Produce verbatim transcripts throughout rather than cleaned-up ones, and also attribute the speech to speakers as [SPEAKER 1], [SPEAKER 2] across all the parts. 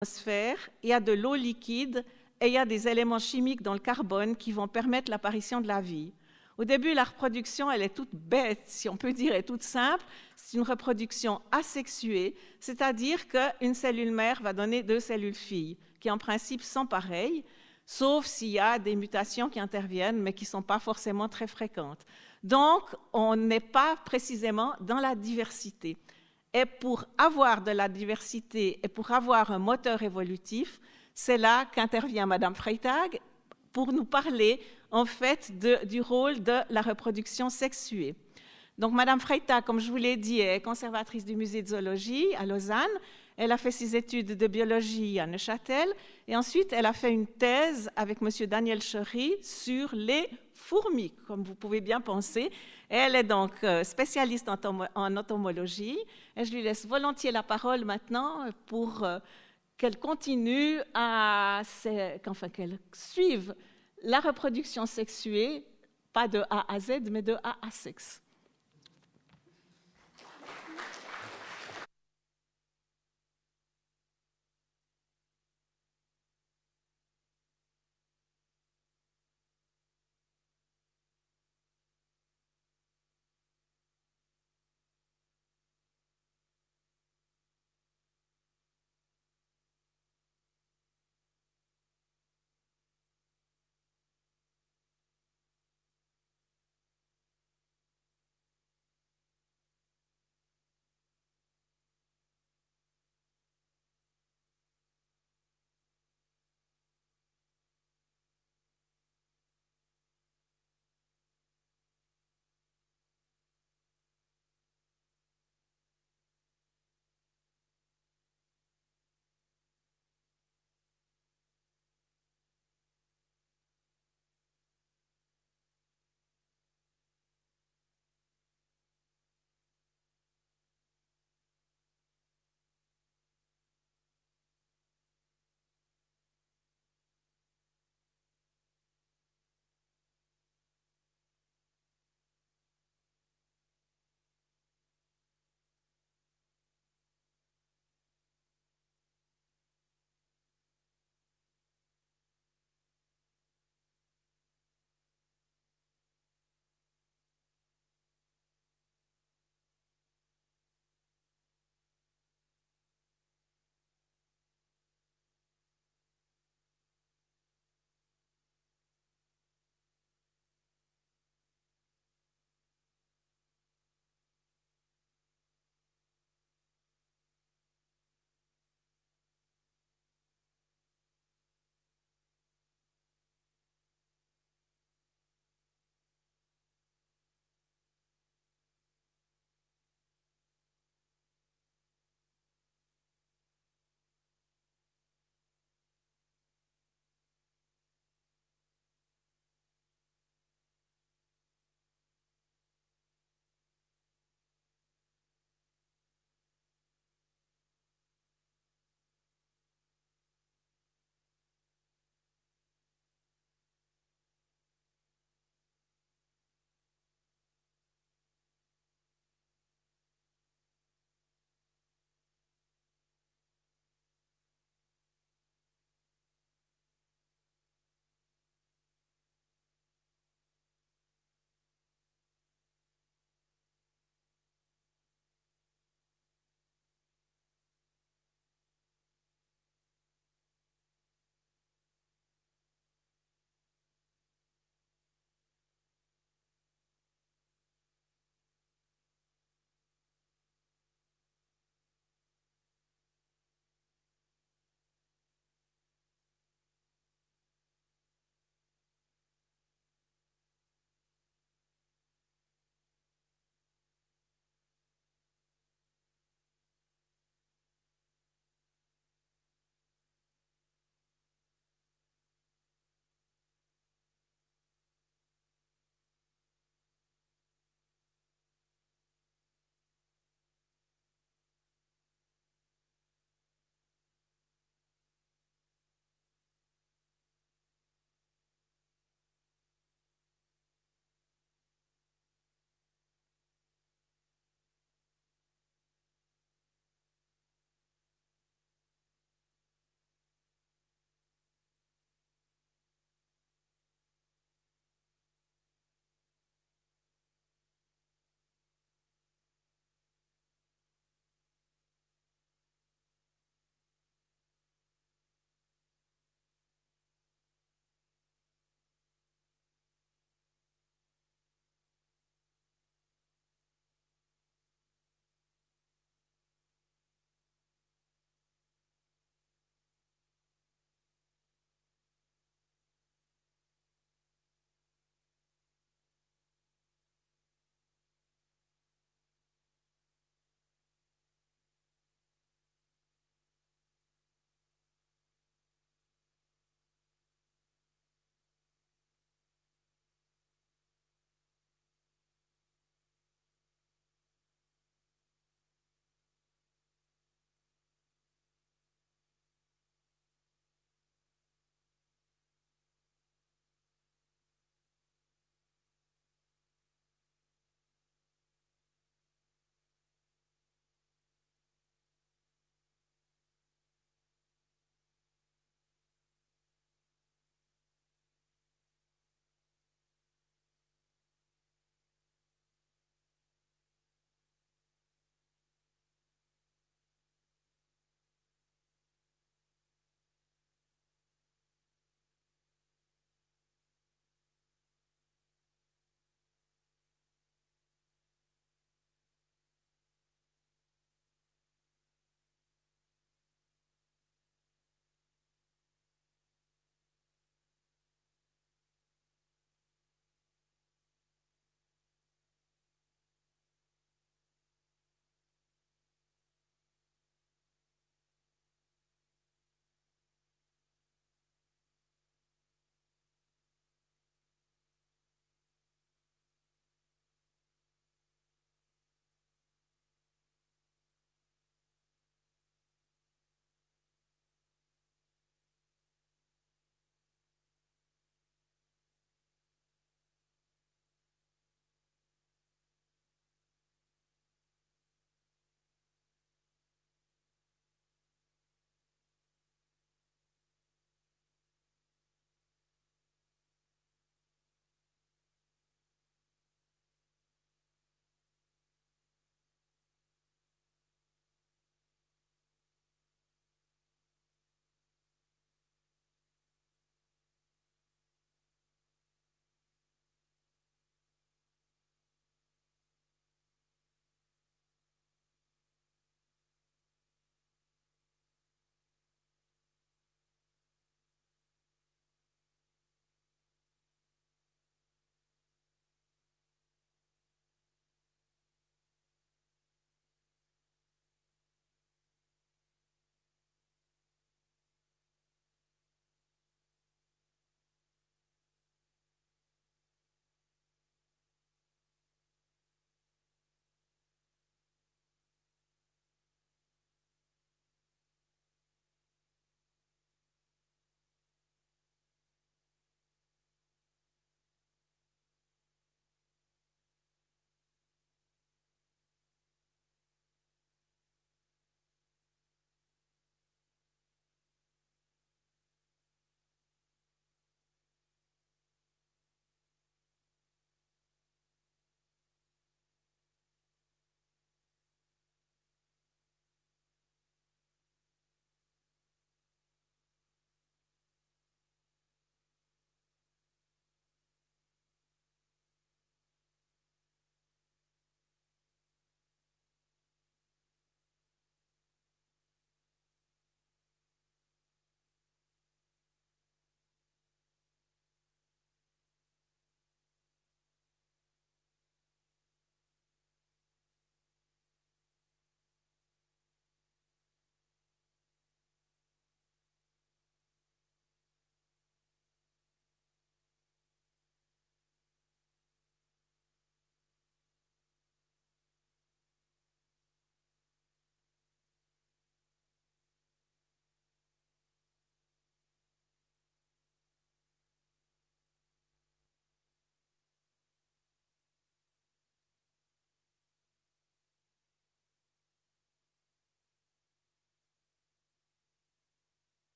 [SPEAKER 1] l'atmosphère, il y a de l'eau liquide et il y a des éléments chimiques dans le carbone qui vont permettre l'apparition de la vie. Au début, la reproduction, elle est toute bête, si on peut dire, et toute simple. C'est une reproduction asexuée, c'est-à-dire qu'une cellule mère va donner deux cellules filles, qui en principe sont pareilles, sauf s'il y a des mutations qui interviennent, mais qui ne sont pas forcément très fréquentes. Donc, on n'est pas précisément dans la diversité. Et pour avoir de la diversité et pour avoir un moteur évolutif, c'est là qu'intervient Madame Freytag pour nous parler en fait de, du rôle de la reproduction sexuée. Donc Madame Freytag, comme je vous l'ai dit, est conservatrice du musée de zoologie à Lausanne. Elle a fait ses études de biologie à Neuchâtel et ensuite elle a fait une thèse avec Monsieur Daniel Scheury sur les fourmis, comme vous pouvez bien penser. Elle est donc spécialiste en, en entomologie et je lui laisse volontiers la parole maintenant pour qu'elle continue à, enfin qu'elle suive la reproduction sexuée, pas de A à Z, mais de A à sexe.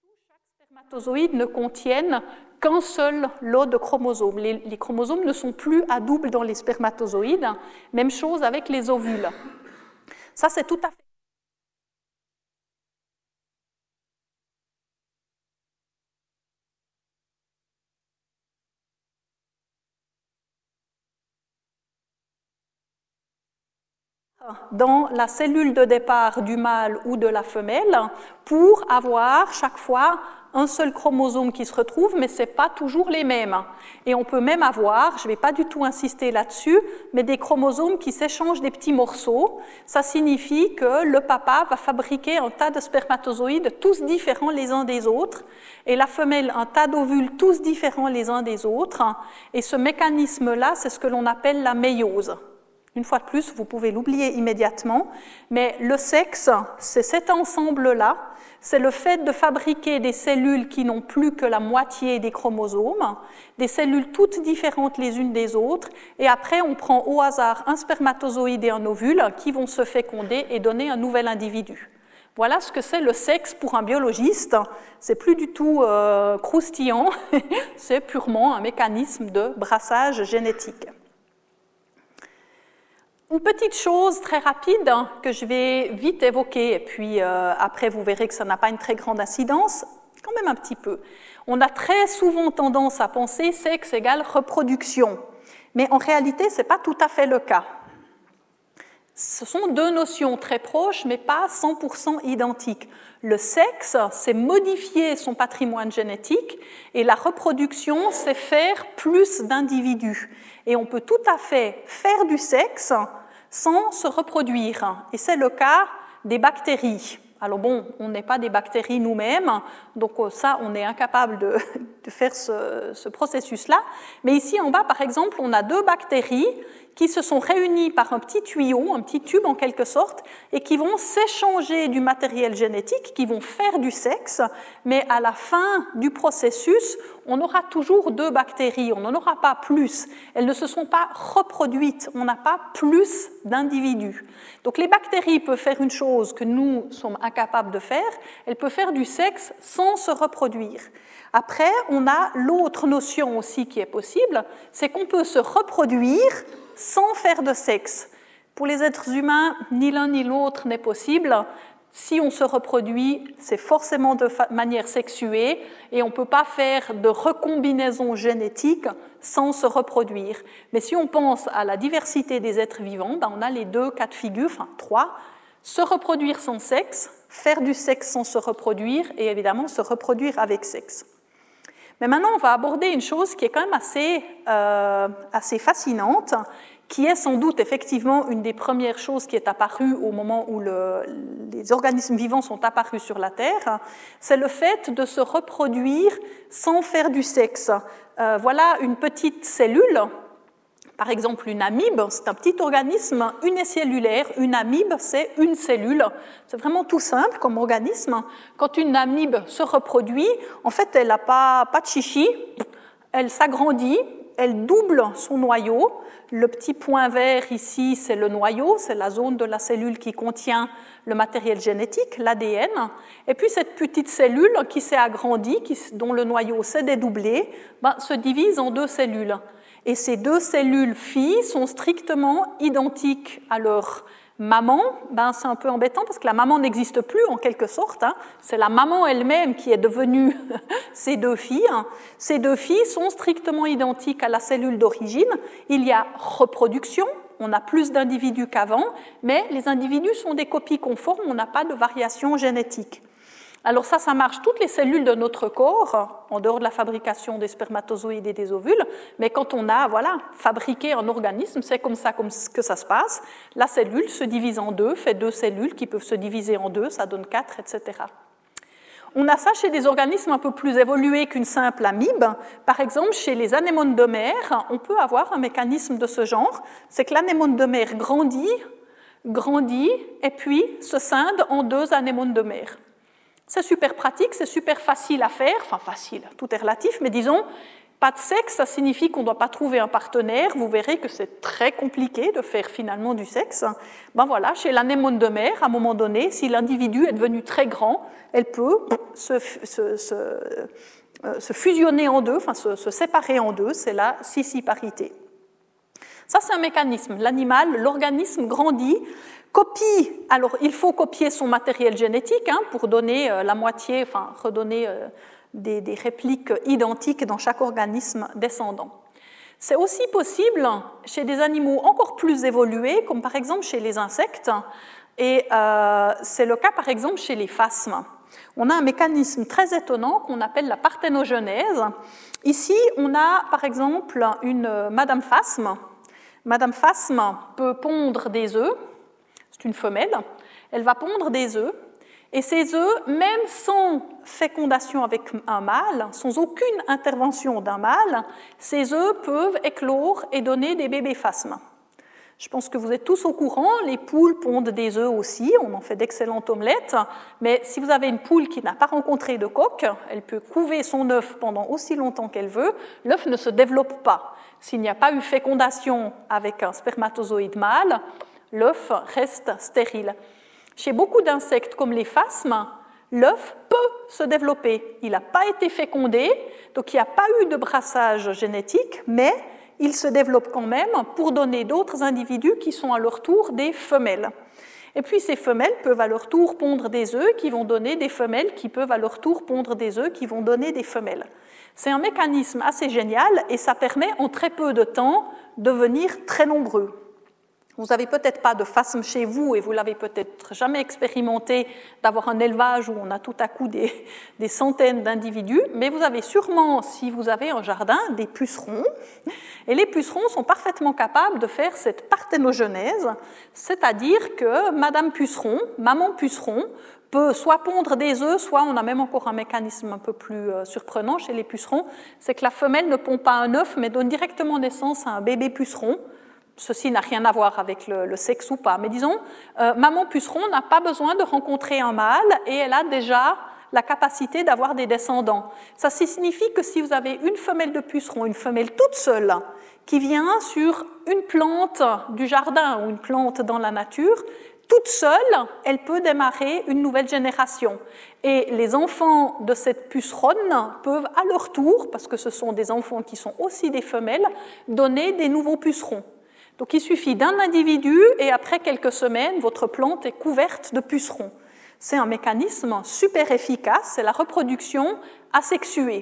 [SPEAKER 2] chaque spermatozoïde ne contienne qu'un seul lot de chromosomes. Les, les chromosomes ne sont plus à double dans les spermatozoïdes. Même chose avec les ovules. Ça, c'est tout à fait... dans la cellule de départ du mâle ou de la femelle pour avoir chaque fois un seul chromosome qui se retrouve, mais ce n'est pas toujours les mêmes. Et on peut même avoir, je ne vais pas du tout insister là-dessus, mais des chromosomes qui s'échangent des petits morceaux. Ça signifie que le papa va fabriquer un tas de spermatozoïdes tous différents les uns des autres, et la femelle un tas d'ovules tous différents les uns des autres. Et ce mécanisme-là, c'est ce que l'on appelle la méiose. Une fois de plus, vous pouvez l'oublier immédiatement, mais le sexe, c'est cet ensemble-là, c'est le fait de fabriquer des cellules qui n'ont plus que la moitié des chromosomes, des cellules toutes différentes les unes des autres, et après on prend au hasard un spermatozoïde et un ovule qui vont se féconder et donner un nouvel individu. Voilà ce que c'est le sexe pour un biologiste. C'est plus du tout euh, croustillant, c'est purement un mécanisme de brassage génétique. Une petite chose très rapide que je vais vite évoquer, et puis euh, après vous verrez que ça n'a pas une très grande incidence, quand même un petit peu. On a très souvent tendance à penser sexe égale reproduction, mais en réalité ce n'est pas tout à fait le cas. Ce sont deux notions très proches, mais pas cent pour cent identiques. Le sexe, c'est modifier son patrimoine génétique, et la reproduction, c'est faire plus d'individus. Et on peut tout à fait faire du sexe sans se reproduire. Et c'est le cas des bactéries. Alors bon, on n'est pas des bactéries nous-mêmes, donc ça, on est incapable de, de faire ce, ce processus-là. Mais ici en bas, par exemple, on a deux bactéries qui se sont réunies par un petit tuyau, un petit tube en quelque sorte, et qui vont s'échanger du matériel génétique, qui vont faire du sexe, mais à la fin du processus, on aura toujours deux bactéries, on n'en aura pas plus. Elles ne se sont pas reproduites, on n'a pas plus d'individus. Donc les bactéries peuvent faire une chose que nous sommes incapables de faire, elles peuvent faire du sexe sans se reproduire. Après, on a l'autre notion aussi qui est possible, c'est qu'on peut se reproduire sans faire de sexe. Pour les êtres humains, ni l'un ni l'autre n'est possible. Si on se reproduit, c'est forcément de manière sexuée et on ne peut pas faire de recombinaison génétique sans se reproduire. Mais si on pense à la diversité des êtres vivants, ben on a les deux cas de figure, enfin trois, se reproduire sans sexe, faire du sexe sans se reproduire et évidemment se reproduire avec sexe. Mais maintenant, on va aborder une chose qui est quand même assez, euh, assez fascinante, qui est sans doute effectivement une des premières choses qui est apparue au moment où le, les organismes vivants sont apparus sur la Terre, c'est le fait de se reproduire sans faire du sexe. Euh, voilà une petite cellule, par exemple une amibe, c'est un petit organisme unicellulaire. Une amibe, c'est une cellule. C'est vraiment tout simple comme organisme. Quand une amibe se reproduit, en fait, elle n'a pas, pas de chichi, elle s'agrandit, elle double son noyau. Le petit point vert ici, c'est le noyau, c'est la zone de la cellule qui contient le matériel génétique, l'A D N. Et puis cette petite cellule qui s'est agrandie, qui, dont le noyau s'est dédoublé, ben, se divise en deux cellules. Et ces deux cellules filles sont strictement identiques à leur maman. Ben, c'est un peu embêtant parce que la maman n'existe plus en quelque sorte. Hein. C'est la maman elle-même qui est devenue ces deux filles. Ces deux filles sont strictement identiques à la cellule d'origine. Il y a reproduction, on a plus d'individus qu'avant, mais les individus sont des copies conformes, on n'a pas de variation génétique. Alors ça, ça marche toutes les cellules de notre corps, en dehors de la fabrication des spermatozoïdes et des ovules, mais quand on a voilà, fabriqué un organisme, c'est comme ça que ça se passe. La cellule se divise en deux, fait deux cellules qui peuvent se diviser en deux, ça donne quatre, et cetera. On a ça chez des organismes un peu plus évolués qu'une simple amibe. Par exemple, chez les anémones de mer, on peut avoir un mécanisme de ce genre, c'est que l'anémone de mer grandit, grandit, et puis se scinde en deux anémones de mer. C'est super pratique, c'est super facile à faire, enfin facile, tout est relatif, mais disons, Pas de sexe, ça signifie qu'on ne doit pas trouver un partenaire. Vous verrez que c'est très compliqué de faire finalement du sexe. Ben voilà, chez l'anémone de mer, à un moment donné, si l'individu est devenu très grand, elle peut se, se, se, euh, se fusionner en deux, enfin se, se séparer en deux, c'est la scissiparité. Ça, c'est un mécanisme. L'animal, l'organisme grandit, copie. Alors, il faut copier son matériel génétique hein, pour donner euh, la moitié, enfin redonner euh, des, des répliques identiques dans chaque organisme descendant. C'est aussi possible chez des animaux encore plus évolués, comme par exemple chez les insectes, et euh, c'est le cas par exemple chez les phasmes. On a un mécanisme très étonnant qu'on appelle la parthénogenèse. Ici, on a par exemple une madame phasme. Madame phasme peut pondre des œufs, c'est une femelle, elle va pondre des œufs, et ces œufs, même sans fécondation avec un mâle, sans aucune intervention d'un mâle, ces œufs peuvent éclore et donner des bébés phasmes. Je pense que vous êtes tous au courant, les poules pondent des œufs aussi, on en fait d'excellentes omelettes, mais si vous avez une poule qui n'a pas rencontré de coque, elle peut couver son œuf pendant aussi longtemps qu'elle veut, l'œuf ne se développe pas. S'il n'y a pas eu fécondation avec un spermatozoïde mâle, l'œuf reste stérile. Chez beaucoup d'insectes comme les phasmes, l'œuf peut se développer. Il n'a pas été fécondé, donc il n'y a pas eu de brassage génétique, mais il se développe quand même pour donner d'autres individus qui sont à leur tour des femelles. Et puis ces femelles peuvent à leur tour pondre des œufs qui vont donner des femelles qui peuvent à leur tour pondre des œufs qui vont donner des femelles. C'est un mécanisme assez génial et ça permet en très peu de temps de devenir très nombreux. Vous n'avez peut-être pas de phasme chez vous et vous l'avez peut-être jamais expérimenté d'avoir un élevage où on a tout à coup des, des centaines d'individus, mais vous avez sûrement, si vous avez un jardin, des pucerons. Et les pucerons sont parfaitement capables de faire cette parthénogenèse, c'est-à-dire que Madame Puceron, Maman Puceron, peut soit pondre des œufs, soit on a même encore un mécanisme un peu plus surprenant chez les pucerons, c'est que la femelle ne pond pas un œuf, mais donne directement naissance à un bébé puceron. Ceci n'a rien à voir avec le, le sexe ou pas, mais disons, euh, maman puceron n'a pas besoin de rencontrer un mâle et elle a déjà la capacité d'avoir des descendants. Ça signifie que si vous avez une femelle de puceron, une femelle toute seule, qui vient sur une plante du jardin ou une plante dans la nature, toute seule, elle peut démarrer une nouvelle génération. Et les enfants de cette puceronne peuvent à leur tour, parce que ce sont des enfants qui sont aussi des femelles, donner des nouveaux pucerons. Donc il suffit d'un individu et après quelques semaines, votre plante est couverte de pucerons. C'est un mécanisme super efficace, c'est la reproduction asexuée.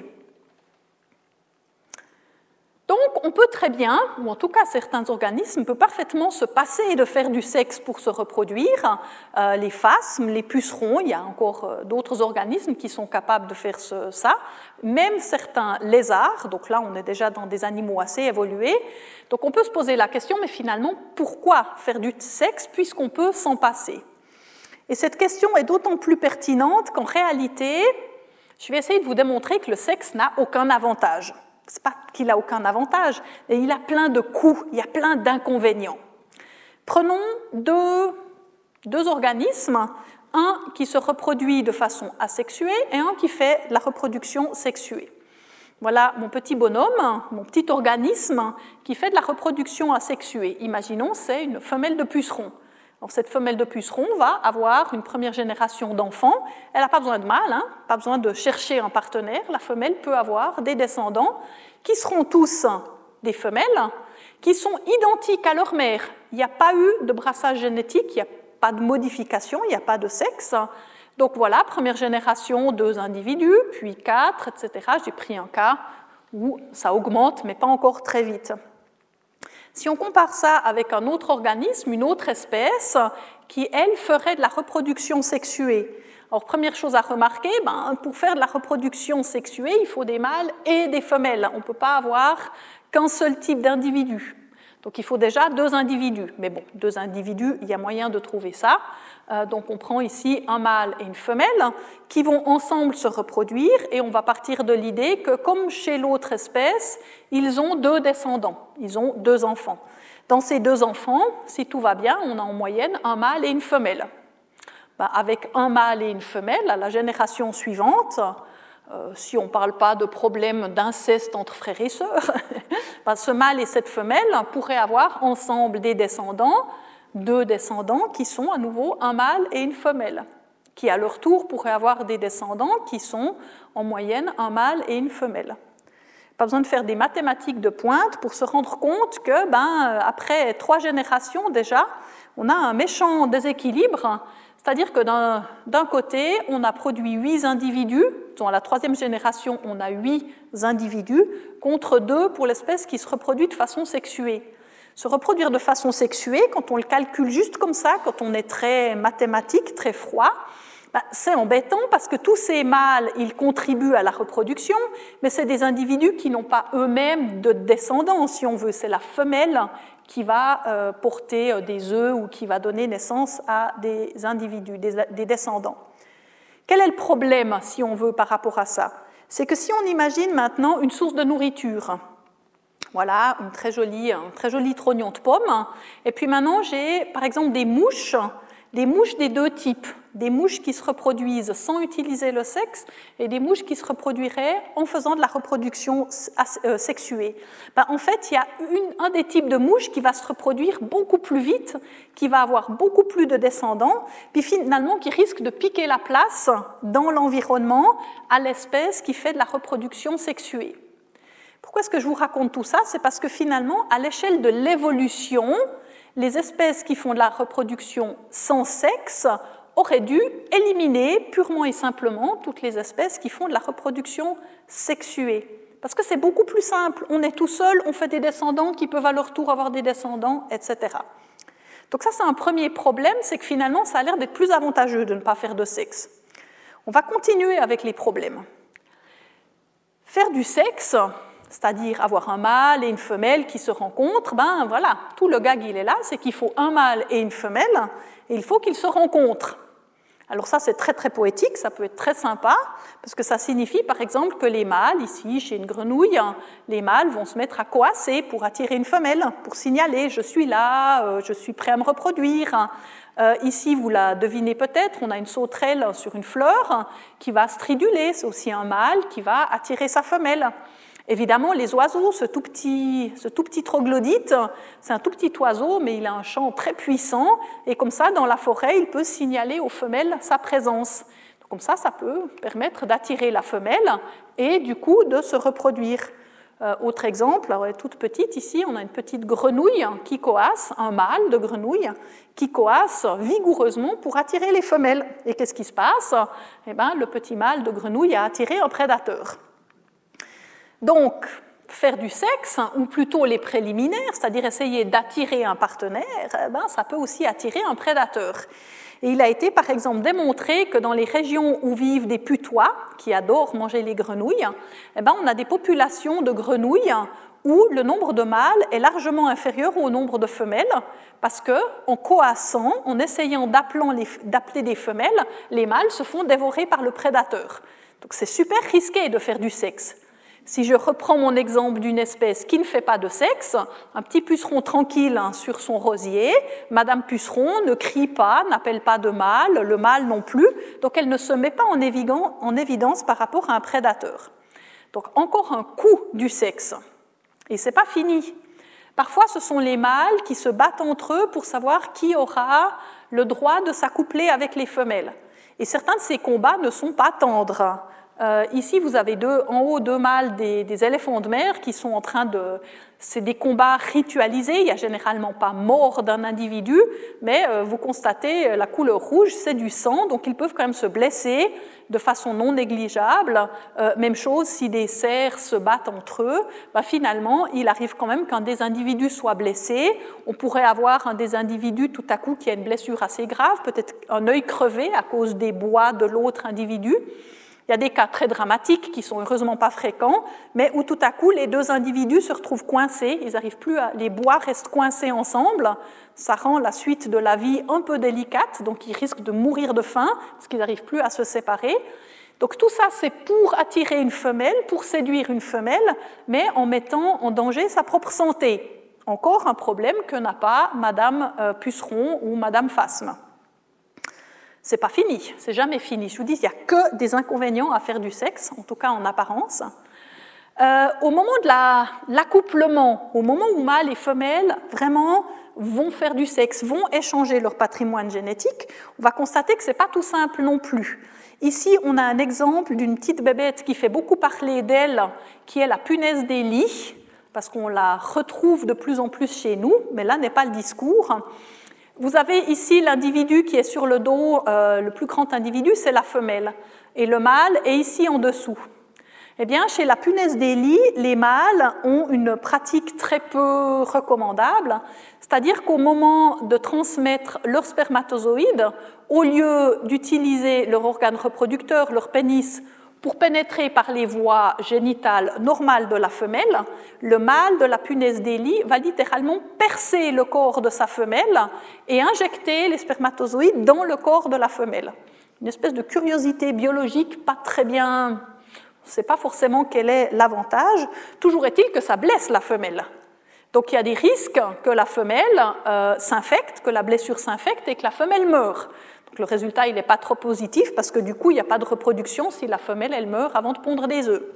[SPEAKER 2] Donc on peut très bien, ou en tout cas certains organismes, peuvent parfaitement se passer de faire du sexe pour se reproduire. Euh, les phasmes, les pucerons, il y a encore euh, d'autres organismes qui sont capables de faire ce, ça. Même certains lézards, donc là on est déjà dans des animaux assez évolués. Donc on peut se poser la question, mais finalement, pourquoi faire du sexe puisqu'on peut s'en passer? Et cette question est d'autant plus pertinente qu'en réalité, je vais essayer de vous démontrer que le sexe n'a aucun avantage. Ce n'est pas qu'il n'a aucun avantage, mais il a plein de coûts, il y a plein d'inconvénients. Prenons deux, deux organismes, un qui se reproduit de façon asexuée et un qui fait de la reproduction sexuée. Voilà mon petit bonhomme, mon petit organisme qui fait de la reproduction asexuée. Imaginons, c'est une femelle de puceron. Alors, cette femelle de puceron va avoir une première génération d'enfants. Elle n'a pas besoin de mâle, hein, pas besoin de chercher un partenaire. La femelle peut avoir des descendants qui seront tous des femelles, qui sont identiques à leur mère. Il n'y a pas eu de brassage génétique, il n'y a pas de modification, il n'y a pas de sexe. Donc voilà, première génération, deux individus, puis quatre, et cetera. J'ai pris un cas où ça augmente, mais pas encore très vite. Si on compare ça avec un autre organisme, une autre espèce, qui, elle, ferait de la reproduction sexuée. Alors, première chose à remarquer, ben, pour faire de la reproduction sexuée, il faut des mâles et des femelles. On ne peut pas avoir qu'un seul type d'individu. Donc, il faut déjà deux individus. Mais bon, deux individus, il y a moyen de trouver ça. Euh, donc, on prend ici un mâle et une femelle qui vont ensemble se reproduire et on va partir de l'idée que, comme chez l'autre espèce, ils ont deux descendants, ils ont deux enfants. Dans ces deux enfants, si tout va bien, on a en moyenne un mâle et une femelle. Ben, avec un mâle et une femelle, à la génération suivante, euh, si on ne parle pas de problème d'inceste entre frères et sœurs, ben, ce mâle et cette femelle pourraient avoir ensemble des descendants, deux descendants qui sont à nouveau un mâle et une femelle, qui à leur tour pourraient avoir des descendants qui sont en moyenne un mâle et une femelle. Pas besoin de faire des mathématiques de pointe pour se rendre compte que, ben, après trois générations déjà, on a un méchant déséquilibre, c'est-à-dire que d'un, d'un côté, on a produit huit individus, dans la troisième génération, on a huit individus, contre deux pour l'espèce qui se reproduit de façon sexuée. Se reproduire de façon sexuée, quand on le calcule juste comme ça, quand on est très mathématique, très froid, ben, c'est embêtant parce que tous ces mâles, ils contribuent à la reproduction, mais c'est des individus qui n'ont pas eux-mêmes de descendants, si on veut. C'est la femelle qui va euh, porter euh, des œufs ou qui va donner naissance à des individus, des, des descendants. Quel est le problème, si on veut, par rapport à ça? C'est que si on imagine maintenant une source de nourriture, voilà, une très jolie, un très joli trognon de pomme, et puis maintenant j'ai, par exemple, des mouches, des mouches des deux types, des mouches qui se reproduisent sans utiliser le sexe et des mouches qui se reproduiraient en faisant de la reproduction sexuée. Ben, en fait, il y a une, un des types de mouches qui va se reproduire beaucoup plus vite, qui va avoir beaucoup plus de descendants, puis finalement qui risque de piquer la place dans l'environnement à l'espèce qui fait de la reproduction sexuée. Pourquoi est-ce que je vous raconte tout ça? C'est parce que finalement, à l'échelle de l'évolution, les espèces qui font de la reproduction sans sexe auraient dû éliminer purement et simplement toutes les espèces qui font de la reproduction sexuée. Parce que c'est beaucoup plus simple. On est tout seul, on fait des descendants qui peuvent à leur tour avoir des descendants, et cetera. Donc ça, c'est un premier problème, c'est que finalement, ça a l'air d'être plus avantageux de ne pas faire de sexe. On va continuer avec les problèmes. Faire du sexe, c'est-à-dire avoir un mâle et une femelle qui se rencontrent, ben voilà, tout le gag il est là, c'est qu'il faut un mâle et une femelle, et il faut qu'ils se rencontrent. Alors ça c'est très très poétique, ça peut être très sympa, parce que ça signifie par exemple que les mâles, ici chez une grenouille, les mâles vont se mettre à coasser pour attirer une femelle, pour signaler je suis là, euh, je suis prêt à me reproduire. Euh, ici, vous la devinez peut-être, on a une sauterelle sur une fleur qui va striduler, c'est aussi un mâle qui va attirer sa femelle. Évidemment, les oiseaux, ce tout petit, ce tout petit troglodyte, c'est un tout petit oiseau, mais il a un chant très puissant, et comme ça, dans la forêt, il peut signaler aux femelles sa présence. Donc, comme ça, ça peut permettre d'attirer la femelle et du coup de se reproduire. Euh, autre exemple, alors elle est toute petite, ici, on a une petite grenouille qui coasse, un mâle de grenouille qui coasse vigoureusement pour attirer les femelles. Et qu'est-ce qui se passe? Eh bien, le petit mâle de grenouille a attiré un prédateur. Donc, faire du sexe, ou plutôt les préliminaires, c'est-à-dire essayer d'attirer un partenaire, eh ben, ça peut aussi attirer un prédateur. Et il a été, par exemple, démontré que dans les régions où vivent des putois, qui adorent manger les grenouilles, eh ben, on a des populations de grenouilles où le nombre de mâles est largement inférieur au nombre de femelles, parce qu'en coassant, en essayant d'appeler des femelles, les mâles se font dévorer par le prédateur. Donc c'est super risqué de faire du sexe. Si je reprends mon exemple d'une espèce qui ne fait pas de sexe, un petit puceron tranquille sur son rosier, Madame Puceron ne crie pas, n'appelle pas de mâle, le mâle non plus, donc elle ne se met pas en évidence par rapport à un prédateur. Donc encore un coût du sexe. Et ce n'est pas fini. Parfois, ce sont les mâles qui se battent entre eux pour savoir qui aura le droit de s'accoupler avec les femelles. Et certains de ces combats ne sont pas tendres. Euh, ici, vous avez deux, en haut deux mâles des, des éléphants de mer qui sont en train de... C'est des combats ritualisés, il n'y a généralement pas mort d'un individu, mais euh, vous constatez la couleur rouge, c'est du sang, donc ils peuvent quand même se blesser de façon non négligeable. Euh, même chose, si des cerfs se battent entre eux, bah, finalement, il arrive quand même qu'un des individus soit blessé. On pourrait avoir un des individus tout à coup qui a une blessure assez grave, peut-être un œil crevé à cause des bois de l'autre individu. Il y a des cas très dramatiques qui sont heureusement pas fréquents, mais où tout à coup les deux individus se retrouvent coincés, ils arrivent plus à, les bois restent coincés ensemble, ça rend la suite de la vie un peu délicate, donc ils risquent de mourir de faim parce qu'ils n'arrivent plus à se séparer. Donc tout ça c'est pour attirer une femelle, pour séduire une femelle, mais en mettant en danger sa propre santé. Encore un problème que n'a pas Madame Puceron ou Madame Phasme. C'est pas fini, c'est jamais fini. Je vous dis, il n'y a que des inconvénients à faire du sexe, en tout cas en apparence. Euh, au moment de la, l'accouplement, au moment où mâles et femelles vraiment vont faire du sexe, vont échanger leur patrimoine génétique, on va constater que ce n'est pas tout simple non plus. Ici, on a un exemple d'une petite bébête qui fait beaucoup parler d'elle, qui est la punaise des lits, parce qu'on la retrouve de plus en plus chez nous, mais là n'est pas le discours. Vous avez ici l'individu qui est sur le dos, euh, le plus grand individu, c'est la femelle, et le mâle est ici en dessous. Eh bien, chez la punaise des lits, les mâles ont une pratique très peu recommandable, c'est-à-dire qu'au moment de transmettre leurs spermatozoïdes, au lieu d'utiliser leur organe reproducteur, leur pénis, pour pénétrer par les voies génitales normales de la femelle, le mâle de la punaise des lits va littéralement percer le corps de sa femelle et injecter les spermatozoïdes dans le corps de la femelle. Une espèce de curiosité biologique pas très bien... On ne sait pas forcément quel est l'avantage. Toujours est-il que ça blesse la femelle. Donc il y a des risques que la femelle euh, s'infecte, que la blessure s'infecte et que la femelle meure. Donc le résultat il n'est pas trop positif parce que du coup il n'y a pas de reproduction si la femelle elle meurt avant de pondre des œufs.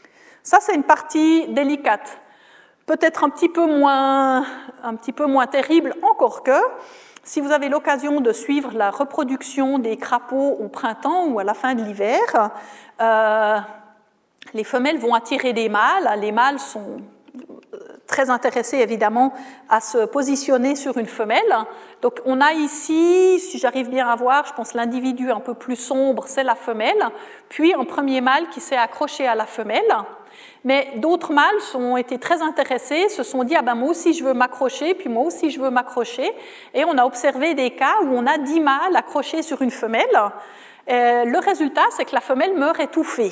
[SPEAKER 2] Ça c'est une partie délicate, peut-être un petit peu moins, un petit peu moins terrible, encore que si vous avez l'occasion de suivre la reproduction des crapauds au printemps ou à la fin de l'hiver, euh, les femelles vont attirer des mâles. Les mâles sont très intéressés évidemment à se positionner sur une femelle. Donc on a ici, si j'arrive bien à voir, je pense l'individu un peu plus sombre, c'est la femelle, puis un premier mâle qui s'est accroché à la femelle. Mais d'autres mâles ont été très intéressés, se sont dit « ah ben moi aussi je veux m'accrocher, puis moi aussi je veux m'accrocher ». Et on a observé des cas où on a dix mâles accrochés sur une femelle. Et le résultat, c'est que la femelle meurt étouffée.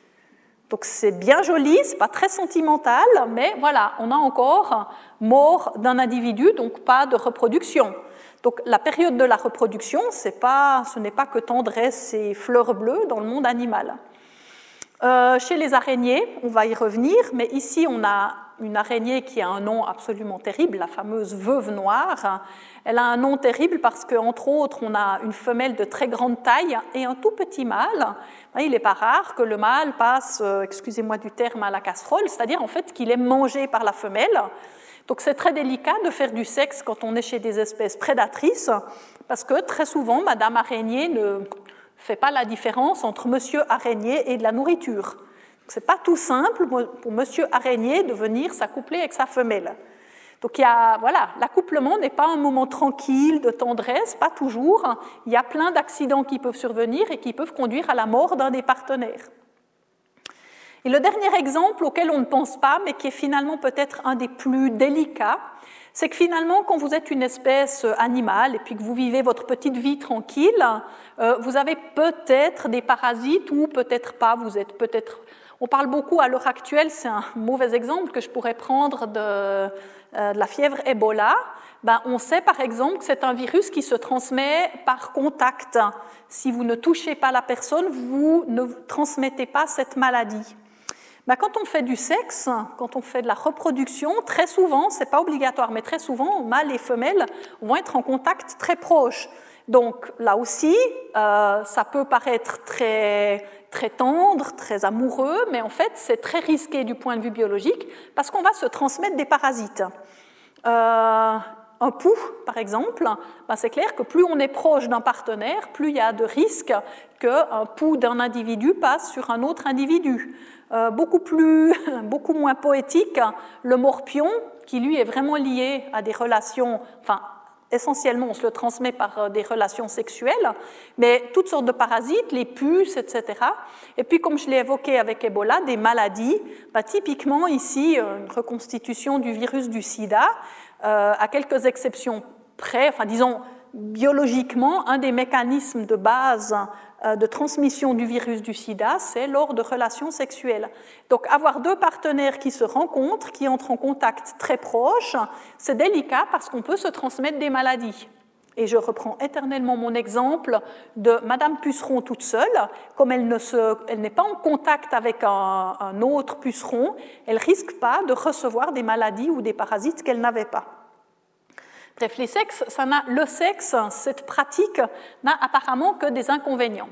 [SPEAKER 2] Donc c'est bien joli, c'est pas très sentimental, mais voilà, on a encore mort d'un individu, donc pas de reproduction. Donc la période de la reproduction, c'est pas, ce n'est pas que tendresse et fleurs bleues dans le monde animal. Euh, chez les araignées, on va y revenir, mais ici on a une araignée qui a un nom absolument terrible, la fameuse veuve noire. Elle a un nom terrible parce qu'entre autres, on a une femelle de très grande taille et un tout petit mâle. Il n'est pas rare que le mâle passe, excusez-moi du terme, à la casserole, c'est-à-dire en fait qu'il est mangé par la femelle. Donc c'est très délicat de faire du sexe quand on est chez des espèces prédatrices, parce que très souvent, Madame araignée ne fait pas la différence entre Monsieur araignée et de la nourriture. Ce n'est pas tout simple pour Monsieur araignée de venir s'accoupler avec sa femelle. Donc il y a, voilà, l'accouplement n'est pas un moment tranquille, de tendresse, pas toujours. Il y a plein d'accidents qui peuvent survenir et qui peuvent conduire à la mort d'un des partenaires. Et le dernier exemple auquel on ne pense pas, mais qui est finalement peut-être un des plus délicats, c'est que finalement, quand vous êtes une espèce animale et puis que vous vivez votre petite vie tranquille, euh, vous avez peut-être des parasites ou peut-être pas, vous êtes peut-être... On parle beaucoup à l'heure actuelle, c'est un mauvais exemple que je pourrais prendre de, euh, de la fièvre Ebola. Ben, on sait par exemple que c'est un virus qui se transmet par contact. Si vous ne touchez pas la personne, vous ne transmettez pas cette maladie. Ben, quand on fait du sexe, quand on fait de la reproduction, très souvent, c'est pas obligatoire, mais très souvent, mâles et femelles vont être en contact très proche. Donc là aussi, euh, ça peut paraître très, très tendre, très amoureux, mais en fait, c'est très risqué du point de vue biologique parce qu'on va se transmettre des parasites. Euh, un pouls, par exemple, ben c'est clair que plus on est proche d'un partenaire, plus il y a de risques qu'un pouls d'un individu passe sur un autre individu. Euh, beaucoup, plus, beaucoup moins poétique, le morpion, qui lui est vraiment lié à des relations, enfin, essentiellement, on se le transmet par des relations sexuelles, mais toutes sortes de parasites, les puces, et cetera. Et puis, comme je l'ai évoqué avec Ebola, des maladies, bah, typiquement ici, une reconstitution du virus du sida, euh, à quelques exceptions près, enfin disons, biologiquement, un des mécanismes de base euh, de transmission du virus du sida, c'est lors de relations sexuelles. Donc, avoir deux partenaires qui se rencontrent, qui entrent en contact très proche, c'est délicat parce qu'on peut se transmettre des maladies. Et je reprends éternellement mon exemple de Madame Puceron toute seule. Comme elle, ne se, elle n'est pas en contact avec un, un autre puceron, elle ne risque pas de recevoir des maladies ou des parasites qu'elle n'avait pas. Bref, les sexes, ça n'a, le sexe, cette pratique n'a apparemment que des inconvénients.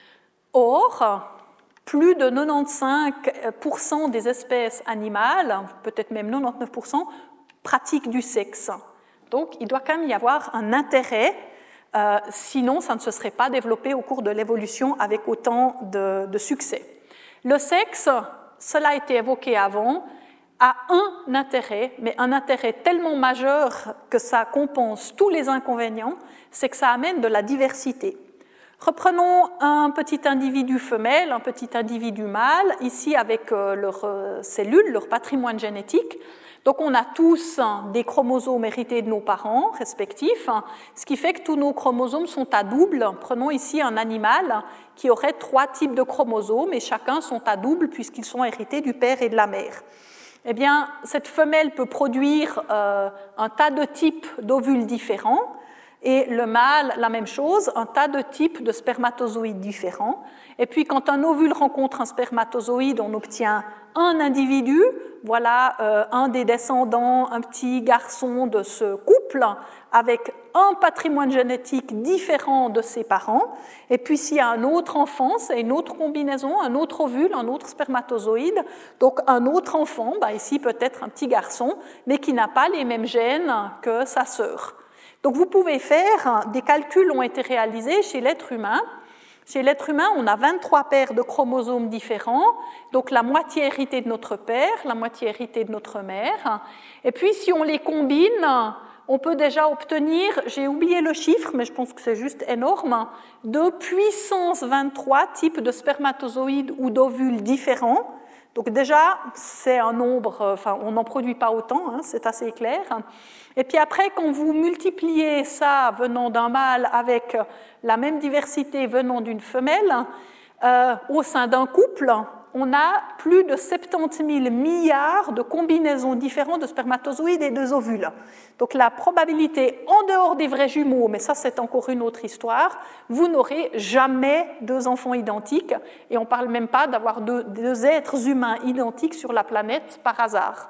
[SPEAKER 2] Or, plus de quatre-vingt-quinze pour cent des espèces animales, peut-être même quatre-vingt-dix-neuf pour cent, pratiquent du sexe. Donc, il doit quand même y avoir un intérêt, euh, sinon ça ne se serait pas développé au cours de l'évolution avec autant de, de succès. Le sexe, cela a été évoqué avant, a un intérêt, mais un intérêt tellement majeur que ça compense tous les inconvénients, c'est que ça amène de la diversité. Reprenons un petit individu femelle, un petit individu mâle, ici avec leurs cellules, leur patrimoine génétique. Donc on a tous des chromosomes hérités de nos parents respectifs, ce qui fait que tous nos chromosomes sont à double. Prenons ici un animal qui aurait trois types de chromosomes et chacun sont à double puisqu'ils sont hérités du père et de la mère. Eh bien, cette femelle peut produire euh, un tas de types d'ovules différents et le mâle, la même chose, un tas de types de spermatozoïdes différents. Et puis, quand un ovule rencontre un spermatozoïde, on obtient un individu, voilà euh, un des descendants, un petit garçon de ce couple, avec un patrimoine génétique différent de ses parents. Et puis, s'il y a un autre enfant, c'est une autre combinaison, un autre ovule, un autre spermatozoïde. Donc, un autre enfant, bah ici peut-être un petit garçon, mais qui n'a pas les mêmes gènes que sa sœur. Donc, vous pouvez faire, des calculs ont été réalisés chez l'être humain. Chez l'être humain, on a vingt-trois paires de chromosomes différents, donc la moitié héritée de notre père, la moitié héritée de notre mère. Et puis, si on les combine, on peut déjà obtenir, j'ai oublié le chiffre, mais je pense que c'est juste énorme, de puissance vingt-trois types de spermatozoïdes ou d'ovules différents. Donc déjà, c'est un nombre, enfin, on n'en produit pas autant, hein, c'est assez clair. Et puis après, quand vous multipliez ça venant d'un mâle avec la même diversité venant d'une femelle, euh, au sein d'un couple, on a plus de soixante-dix mille milliards de combinaisons différentes de spermatozoïdes et de ovules. Donc la probabilité, en dehors des vrais jumeaux, mais ça c'est encore une autre histoire, vous n'aurez jamais deux enfants identiques, et on ne parle même pas d'avoir deux, deux êtres humains identiques sur la planète par hasard.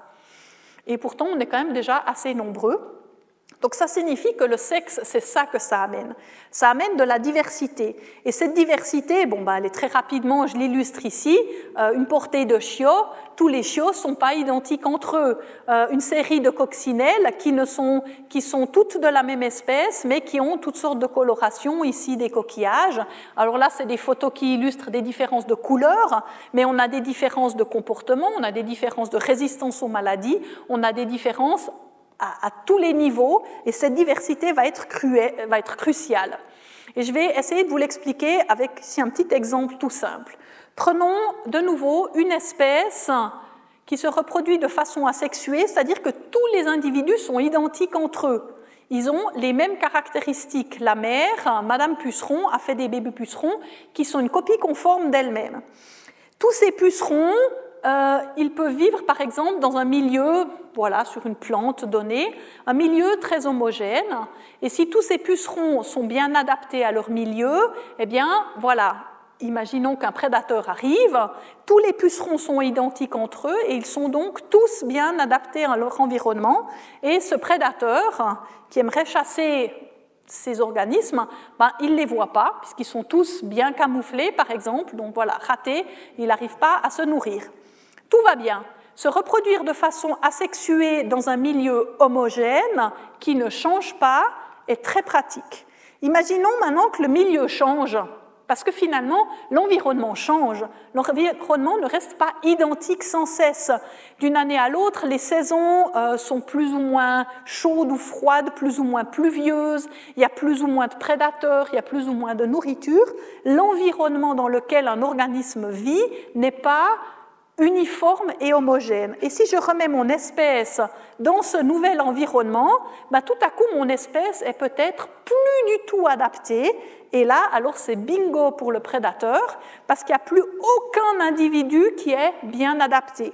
[SPEAKER 2] Et pourtant, on est quand même déjà assez nombreux. Donc ça signifie que le sexe, c'est ça que ça amène. Ça amène de la diversité. Et cette diversité, bon, bah, elle est très rapidement, je l'illustre ici, euh, une portée de chiots. Tous les chiots ne sont pas identiques entre eux. Euh, une série de coccinelles qui, ne sont, qui sont toutes de la même espèce, mais qui ont toutes sortes de colorations, ici des coquillages. Alors là, c'est des photos qui illustrent des différences de couleurs, mais on a des différences de comportement, on a des différences de résistance aux maladies, on a des différences À, à tous les niveaux, et cette diversité va être, cruelle, va être cruciale. Et je vais essayer de vous l'expliquer avec ici un petit exemple tout simple. Prenons de nouveau une espèce qui se reproduit de façon asexuée, c'est-à-dire que tous les individus sont identiques entre eux. Ils ont les mêmes caractéristiques. La mère, Madame Puceron, a fait des bébés pucerons qui sont une copie conforme d'elle-même. Tous ces pucerons, Euh, ils peuvent vivre, par exemple, dans un milieu, voilà, sur une plante donnée, un milieu très homogène. Et si tous ces pucerons sont bien adaptés à leur milieu, eh bien, voilà, imaginons qu'un prédateur arrive, tous les pucerons sont identiques entre eux et ils sont donc tous bien adaptés à leur environnement. Et ce prédateur, qui aimerait chasser ces organismes, ben, il ne les voit pas, puisqu'ils sont tous bien camouflés, par exemple. Donc voilà, raté, il n'arrive pas à se nourrir. Tout va bien. Se reproduire de façon asexuée dans un milieu homogène qui ne change pas est très pratique. Imaginons maintenant que le milieu change, parce que finalement, l'environnement change. L'environnement ne reste pas identique sans cesse. D'une année à l'autre, les saisons euh, sont plus ou moins chaudes ou froides, plus ou moins pluvieuses, il y a plus ou moins de prédateurs, il y a plus ou moins de nourriture. L'environnement dans lequel un organisme vit n'est pas uniforme et homogène. Et si je remets mon espèce dans ce nouvel environnement, ben tout à coup, mon espèce est peut-être plus du tout adaptée. Et là, alors c'est bingo pour le prédateur, parce qu'il n'y a plus aucun individu qui est bien adapté.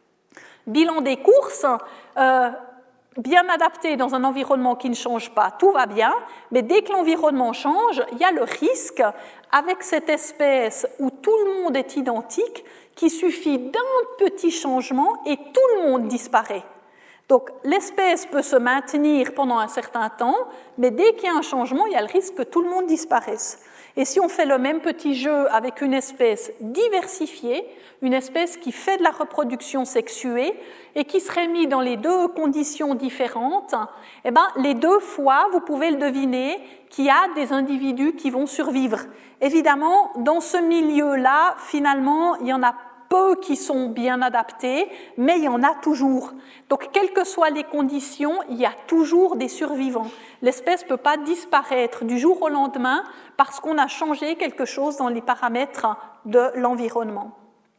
[SPEAKER 2] Bilan des courses, euh, bien adapté dans un environnement qui ne change pas, tout va bien, mais dès que l'environnement change, il y a le risque, avec cette espèce où tout le monde est identique, qu'il suffit d'un petit changement et tout le monde disparaît. Donc l'espèce peut se maintenir pendant un certain temps, mais dès qu'il y a un changement, il y a le risque que tout le monde disparaisse. Et si on fait le même petit jeu avec une espèce diversifiée, une espèce qui fait de la reproduction sexuée et qui serait mise dans les deux conditions différentes, eh ben, les deux fois, vous pouvez le deviner, qu'il y a des individus qui vont survivre. Évidemment, dans ce milieu-là, finalement, il y en a peu qui sont bien adaptés, mais il y en a toujours. Donc, quelles que soient les conditions, il y a toujours des survivants. L'espèce ne peut pas disparaître du jour au lendemain parce qu'on a changé quelque chose dans les paramètres de l'environnement.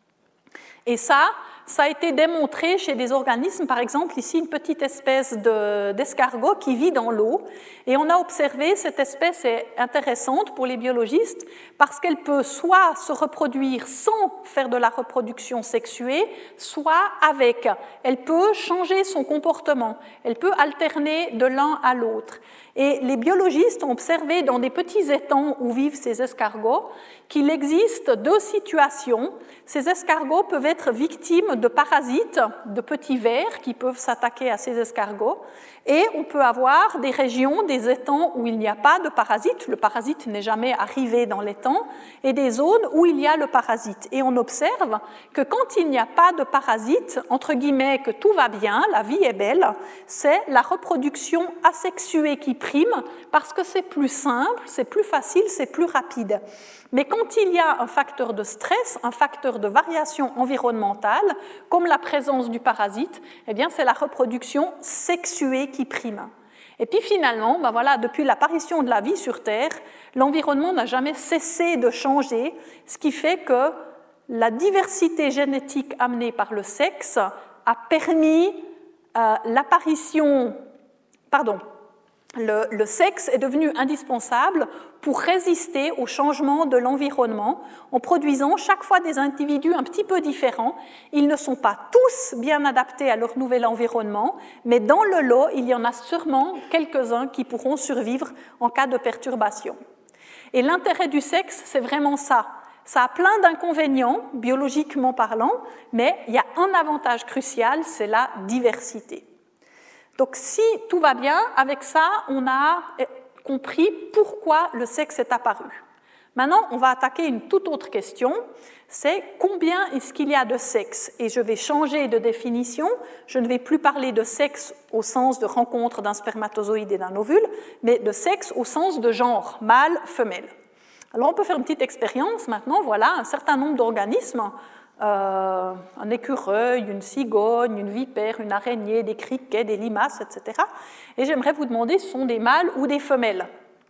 [SPEAKER 2] Et ça, ça a été démontré chez des organismes, par exemple ici une petite espèce de, d'escargot qui vit dans l'eau. Et on a observé, cette espèce est intéressante pour les biologistes parce qu'elle peut soit se reproduire sans faire de la reproduction sexuée, soit avec. Elle peut changer son comportement, elle peut alterner de l'un à l'autre. Et les biologistes ont observé dans des petits étangs où vivent ces escargots qu'il existe deux situations. Ces escargots peuvent être victimes de parasites, de petits vers qui peuvent s'attaquer à ces escargots. Et on peut avoir des régions, des étangs où il n'y a pas de parasite, le parasite n'est jamais arrivé dans l'étang, et des zones où il y a le parasite. Et on observe que quand il n'y a pas de parasite, entre guillemets, que tout va bien, la vie est belle, c'est la reproduction asexuée qui prime parce que c'est plus simple, c'est plus facile, c'est plus rapide. Mais quand il y a un facteur de stress, un facteur de variation environnementale, comme la présence du parasite, eh bien c'est la reproduction sexuée qui prime. Et puis finalement, ben voilà, depuis l'apparition de la vie sur Terre, l'environnement n'a jamais cessé de changer, ce qui fait que la diversité génétique amenée par le sexe a permis euh, l'apparition, pardon, Le, le sexe est devenu indispensable pour résister au changement de l'environnement en produisant chaque fois des individus un petit peu différents. Ils ne sont pas tous bien adaptés à leur nouvel environnement, mais dans le lot, il y en a sûrement quelques-uns qui pourront survivre en cas de perturbation. Et l'intérêt du sexe, c'est vraiment ça. Ça a plein d'inconvénients, biologiquement parlant, mais il y a un avantage crucial, c'est la diversité. Donc si tout va bien, avec ça, on a compris pourquoi le sexe est apparu. Maintenant, on va attaquer une toute autre question, c'est combien est-ce qu'il y a de sexe ? Et je vais changer de définition, je ne vais plus parler de sexe au sens de rencontre d'un spermatozoïde et d'un ovule, mais de sexe au sens de genre, mâle, femelle. Alors on peut faire une petite expérience maintenant, voilà, un certain nombre d'organismes, Euh, un écureuil, une cigogne, une vipère, une araignée, des criquets, des limaces, et cetera. Et j'aimerais vous demander si ce sont des mâles ou des femelles.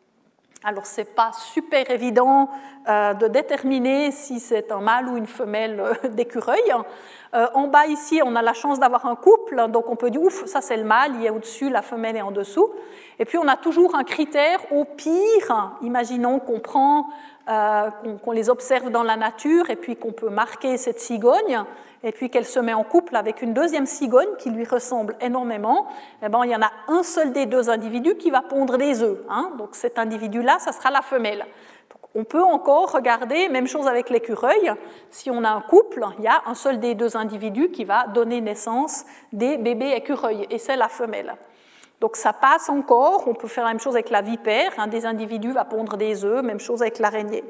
[SPEAKER 2] Alors, ce n'est pas super évident euh, de déterminer si c'est un mâle ou une femelle euh, d'écureuil. Euh, en bas, ici, on a la chance d'avoir un couple, donc on peut dire, ouf, ça c'est le mâle, il est au-dessus, la femelle est en dessous. Et puis, on a toujours un critère, au pire, imaginons qu'on prend, euh, qu'on, qu'on les observe dans la nature et puis qu'on peut marquer cette cigogne, et puis qu'elle se met en couple avec une deuxième cigogne qui lui ressemble énormément, eh ben, il y en a un seul des deux individus qui va pondre des œufs. Hein, donc cet individu-là, ça sera la femelle. Donc, on peut encore regarder, même chose avec l'écureuil, si on a un couple, il y a un seul des deux individus qui va donner naissance des bébés écureuils, et c'est la femelle. Donc ça passe encore, on peut faire la même chose avec la vipère, un des individus va pondre des œufs, même chose avec l'araignée.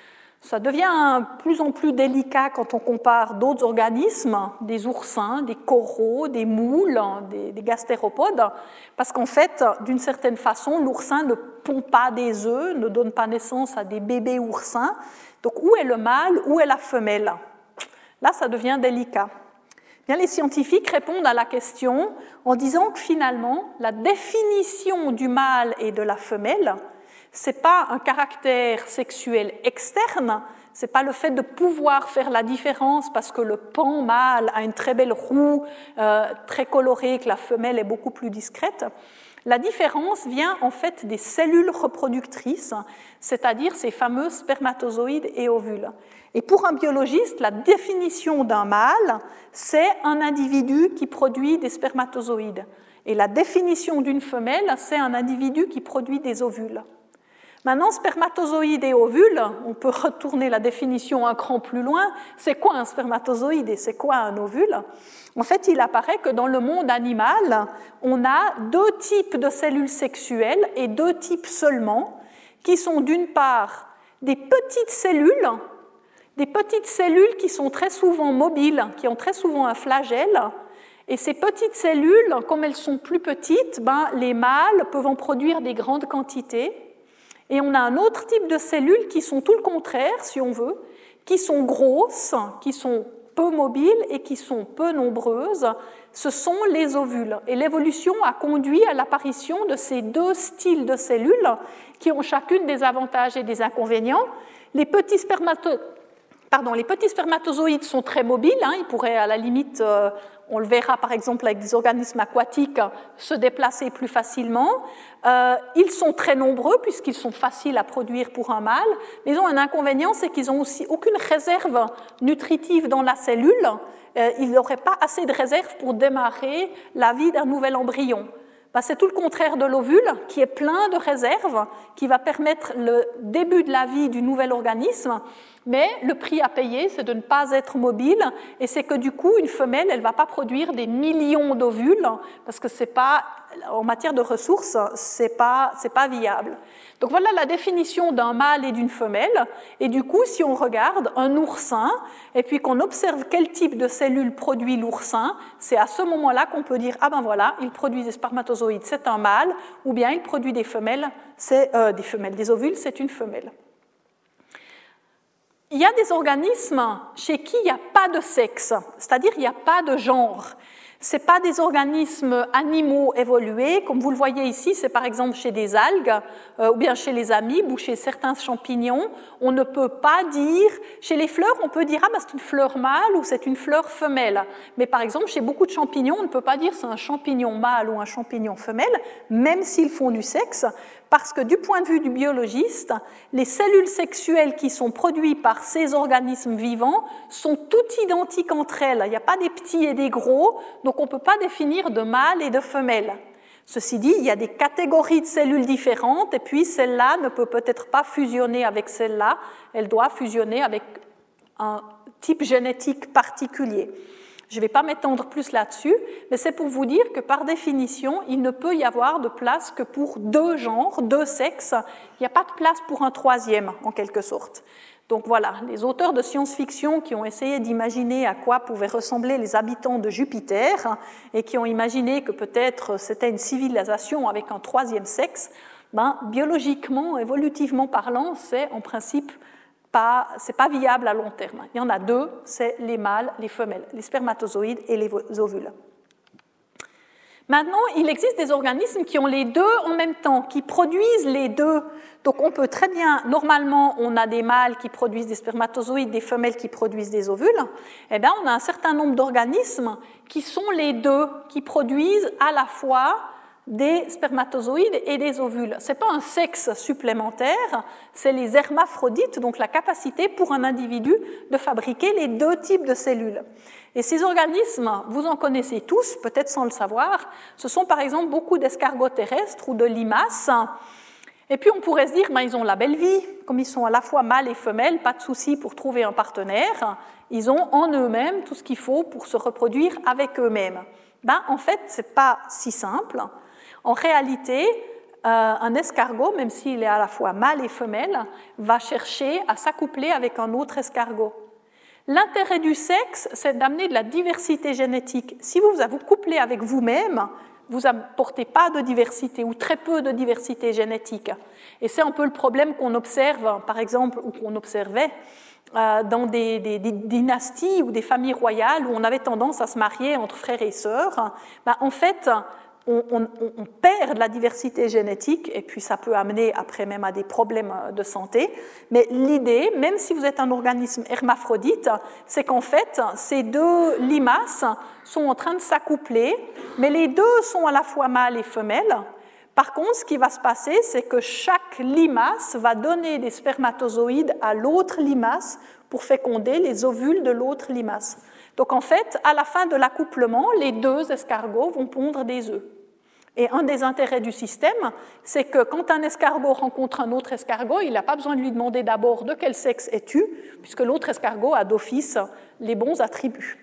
[SPEAKER 2] Ça devient de plus en plus délicat quand on compare d'autres organismes, des oursins, des coraux, des moules, des, des gastéropodes, parce qu'en fait, d'une certaine façon, l'oursin ne pond pas des œufs, ne donne pas naissance à des bébés oursins. Donc où est le mâle, où est la femelle ? Là, ça devient délicat. Bien, les scientifiques répondent à la question en disant que finalement, la définition du mâle et de la femelle, ce n'est pas un caractère sexuel externe, ce n'est pas le fait de pouvoir faire la différence parce que le pan mâle a une très belle roue, euh, très colorée, que la femelle est beaucoup plus discrète. La différence vient en fait des cellules reproductrices, c'est-à-dire ces fameux spermatozoïdes et ovules. Et pour un biologiste, la définition d'un mâle, c'est un individu qui produit des spermatozoïdes. Et la définition d'une femelle, c'est un individu qui produit des ovules. Maintenant, spermatozoïde et ovule, on peut retourner la définition un cran plus loin. C'est quoi un spermatozoïde et c'est quoi un ovule? En fait, il apparaît que dans le monde animal, on a deux types de cellules sexuelles et deux types seulement, qui sont d'une part des petites cellules, des petites cellules qui sont très souvent mobiles, qui ont très souvent un flagelle. Et ces petites cellules, comme elles sont plus petites, ben, les mâles peuvent en produire des grandes quantités. Et on a un autre type de cellules qui sont tout le contraire, si on veut, qui sont grosses, qui sont peu mobiles et qui sont peu nombreuses. Ce sont les ovules. Et l'évolution a conduit à l'apparition de ces deux styles de cellules qui ont chacune des avantages et des inconvénients. Les petits spermato... Pardon, les petits spermatozoïdes sont très mobiles, hein, ils pourraient à la limite, euh, on le verra par exemple avec des organismes aquatiques, se déplacer plus facilement. Euh, ils sont très nombreux puisqu'ils sont faciles à produire pour un mâle, mais ils ont un inconvénient, c'est qu'ils n'ont aussi aucune réserve nutritive dans la cellule. Euh, ils n'auraient pas assez de réserve pour démarrer la vie d'un nouvel embryon. Ben, c'est tout le contraire de l'ovule, qui est plein de réserves, qui va permettre le début de la vie du nouvel organisme, mais le prix à payer, c'est de ne pas être mobile, et c'est que du coup, une femelle, elle ne va pas produire des millions d'ovules, parce que c'est pas, en matière de ressources, ce n'est pas, c'est pas viable. Donc voilà la définition d'un mâle et d'une femelle, et du coup, si on regarde un oursin, et puis qu'on observe quel type de cellules produit l'oursin, c'est à ce moment-là qu'on peut dire, ah ben voilà, il produit des spermatozoïdes, c'est un mâle, ou bien il produit des femelles, c'est euh, des femelles, des ovules, c'est une femelle. Il y a des organismes chez qui il n'y a pas de sexe, c'est-à-dire il n'y a pas de genre. Ce n'est pas des organismes animaux évolués, comme vous le voyez ici, c'est par exemple chez des algues, euh, ou bien chez les amibes, ou chez certains champignons. On ne peut pas dire, chez les fleurs, on peut dire, ah ben c'est une fleur mâle ou c'est une fleur femelle. Mais par exemple, chez beaucoup de champignons, on ne peut pas dire c'est un champignon mâle ou un champignon femelle, même s'ils font du sexe, parce que du point de vue du biologiste, les cellules sexuelles qui sont produites par ces organismes vivants sont toutes identiques entre elles. Il n'y a pas des petits et des gros, donc on ne peut pas définir de mâle et de femelle. Ceci dit, il y a des catégories de cellules différentes, et puis celle-là ne peut peut-être pas fusionner avec celle-là, elle doit fusionner avec un type génétique particulier. Je ne vais pas m'étendre plus là-dessus, mais c'est pour vous dire que par définition, il ne peut y avoir de place que pour deux genres, deux sexes. Il n'y a pas de place pour un troisième, en quelque sorte. Donc voilà, les auteurs de science-fiction qui ont essayé d'imaginer à quoi pouvaient ressembler les habitants de Jupiter et qui ont imaginé que peut-être c'était une civilisation avec un troisième sexe, ben, biologiquement, évolutivement parlant, c'est en principe pas, c'est pas viable à long terme. Il y en a deux, c'est les mâles, les femelles, les spermatozoïdes et les ovules. Maintenant, il existe des organismes qui ont les deux en même temps, qui produisent les deux. Donc on peut très bien, normalement, on a des mâles qui produisent des spermatozoïdes, des femelles qui produisent des ovules. Eh bien, on a un certain nombre d'organismes qui sont les deux, qui produisent à la fois des spermatozoïdes et des ovules. Ce n'est pas un sexe supplémentaire, c'est les hermaphrodites, donc la capacité pour un individu de fabriquer les deux types de cellules. Et ces organismes, vous en connaissez tous, peut-être sans le savoir, ce sont par exemple beaucoup d'escargots terrestres ou de limaces. Et puis on pourrait se dire, ben, ils ont la belle vie, comme ils sont à la fois mâles et femelles, pas de souci pour trouver un partenaire, ils ont en eux-mêmes tout ce qu'il faut pour se reproduire avec eux-mêmes. Ben, en fait, ce n'est pas si simple. En réalité, euh, un escargot, même s'il est à la fois mâle et femelle, va chercher à s'accoupler avec un autre escargot. L'intérêt du sexe, c'est d'amener de la diversité génétique. Si vous vous couplez avec vous-même, vous n'apportez pas de diversité ou très peu de diversité génétique. Et c'est un peu le problème qu'on observe, par exemple, ou qu'on observait euh, dans des, des, des dynasties ou des familles royales où on avait tendance à se marier entre frères et sœurs. Ben, en fait, On, on, on perd de la diversité génétique et puis ça peut amener après même à des problèmes de santé. Mais l'idée, même si vous êtes un organisme hermaphrodite, c'est qu'en fait, ces deux limaces sont en train de s'accoupler, mais les deux sont à la fois mâles et femelles. Par contre, ce qui va se passer, c'est que chaque limace va donner des spermatozoïdes à l'autre limace pour féconder les ovules de l'autre limace. Donc en fait, à la fin de l'accouplement, les deux escargots vont pondre des œufs. Et un des intérêts du système, c'est que quand un escargot rencontre un autre escargot, il n'a pas besoin de lui demander d'abord de quel sexe es-tu, puisque l'autre escargot a d'office les bons attributs.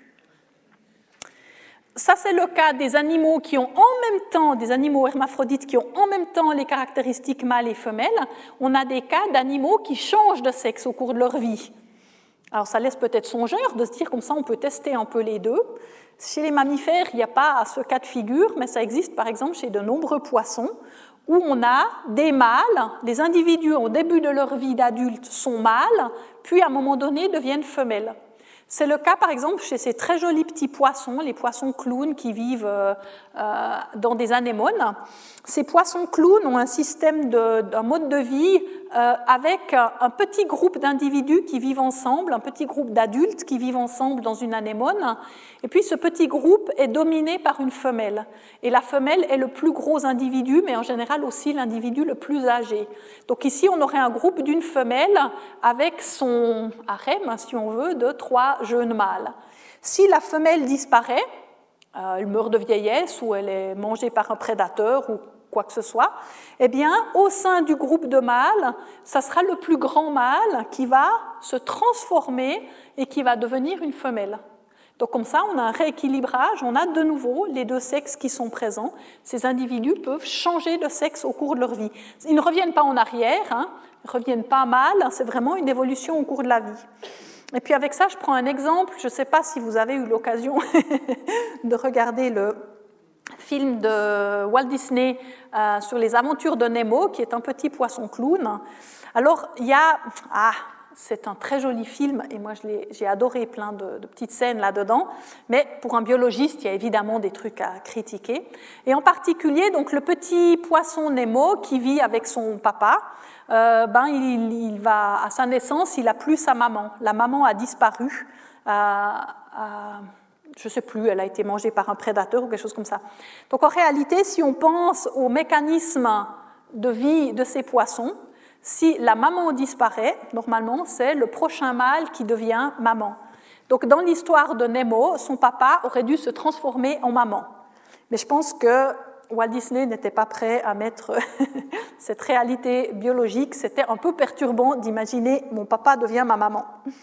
[SPEAKER 2] Ça, c'est le cas des animaux qui ont en même temps, des animaux hermaphrodites qui ont en même temps les caractéristiques mâles et femelles. On a des cas d'animaux qui changent de sexe au cours de leur vie. Alors, ça laisse peut-être songeur de se dire comme ça, on peut tester un peu les deux. Chez les mammifères, il n'y a pas ce cas de figure, mais ça existe par exemple chez de nombreux poissons, où on a des mâles, les individus au début de leur vie d'adulte sont mâles, puis à un moment donné deviennent femelles. C'est le cas, par exemple, chez ces très jolis petits poissons, les poissons clowns qui vivent euh, euh, dans des anémones. Ces poissons clowns ont un système, de, d'un mode de vie euh, avec un petit groupe d'individus qui vivent ensemble, un petit groupe d'adultes qui vivent ensemble dans une anémone. Et puis, ce petit groupe est dominé par une femelle. Et la femelle est le plus gros individu, mais en général aussi l'individu le plus âgé. Donc ici, on aurait un groupe d'une femelle avec son harem, si on veut, de trois jeunes mâles. Si la femelle disparaît, euh, elle meurt de vieillesse ou elle est mangée par un prédateur ou quoi que ce soit, eh bien, au sein du groupe de mâles, ça sera le plus grand mâle qui va se transformer et qui va devenir une femelle. Donc comme ça, on a un rééquilibrage, on a de nouveau les deux sexes qui sont présents. Ces individus peuvent changer de sexe au cours de leur vie. Ils ne reviennent pas en arrière, hein, ils ne reviennent pas mâles, c'est vraiment une évolution au cours de la vie. Et puis avec ça, je prends un exemple. Je ne sais pas si vous avez eu l'occasion de regarder le film de Walt Disney euh, sur les aventures de Nemo, qui est un petit poisson clown. Alors, il y a... Ah, c'est un très joli film, et moi je l'ai, j'ai adoré plein de, de petites scènes là-dedans, mais pour un biologiste, il y a évidemment des trucs à critiquer. Et en particulier, donc, le petit poisson Nemo qui vit avec son papa, Euh, ben, il, il va, à sa naissance, il n'a plus sa maman. La maman a disparu. Euh, euh, je ne sais plus, elle a été mangée par un prédateur ou quelque chose comme ça. Donc en réalité, si on pense au mécanisme de vie de ces poissons, si la maman disparaît, normalement, c'est le prochain mâle qui devient maman. Donc dans l'histoire de Nemo, son papa aurait dû se transformer en maman. Mais je pense que Walt Disney n'était pas prêt à mettre cette réalité biologique. C'était un peu perturbant d'imaginer « mon papa devient ma maman ».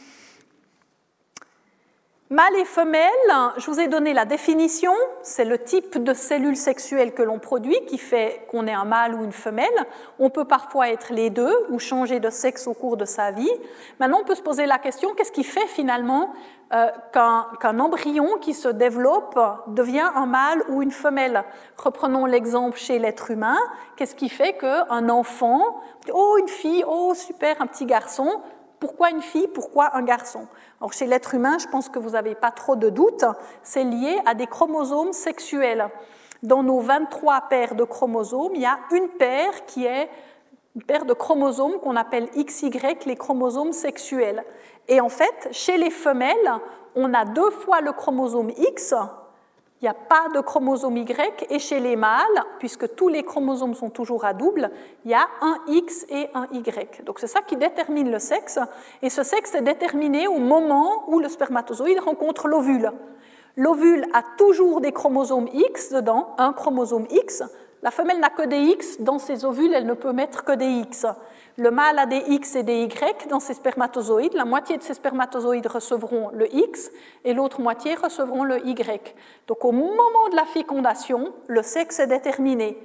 [SPEAKER 2] Mâle et femelle, je vous ai donné la définition, c'est le type de cellule sexuelle que l'on produit qui fait qu'on est un mâle ou une femelle. On peut parfois être les deux ou changer de sexe au cours de sa vie. Maintenant, on peut se poser la question, qu'est-ce qui fait finalement euh, qu'un, qu'un embryon qui se développe devient un mâle ou une femelle? Reprenons l'exemple chez l'être humain. Qu'est-ce qui fait qu'un enfant, oh une fille, oh super, un petit garçon, pourquoi une fille, pourquoi un garçon? Alors, chez l'être humain, je pense que vous n'avez pas trop de doutes, c'est lié à des chromosomes sexuels. Dans nos vingt-trois paires de chromosomes, il y a une paire qui est une paire de chromosomes qu'on appelle X Y, les chromosomes sexuels. Et en fait, chez les femelles, on a deux fois le chromosome X, il n'y a pas de chromosome Y, et chez les mâles, puisque tous les chromosomes sont toujours à double, il y a un X et un Y. Donc c'est ça qui détermine le sexe, et ce sexe est déterminé au moment où le spermatozoïde rencontre l'ovule. L'ovule a toujours des chromosomes X dedans, un chromosome X. La femelle n'a que des X, dans ses ovules, elle ne peut mettre que des X. Le mâle a des X et des Y dans ses spermatozoïdes. La moitié de ses spermatozoïdes recevront le X et l'autre moitié recevront le Y. Donc au moment de la fécondation, le sexe est déterminé.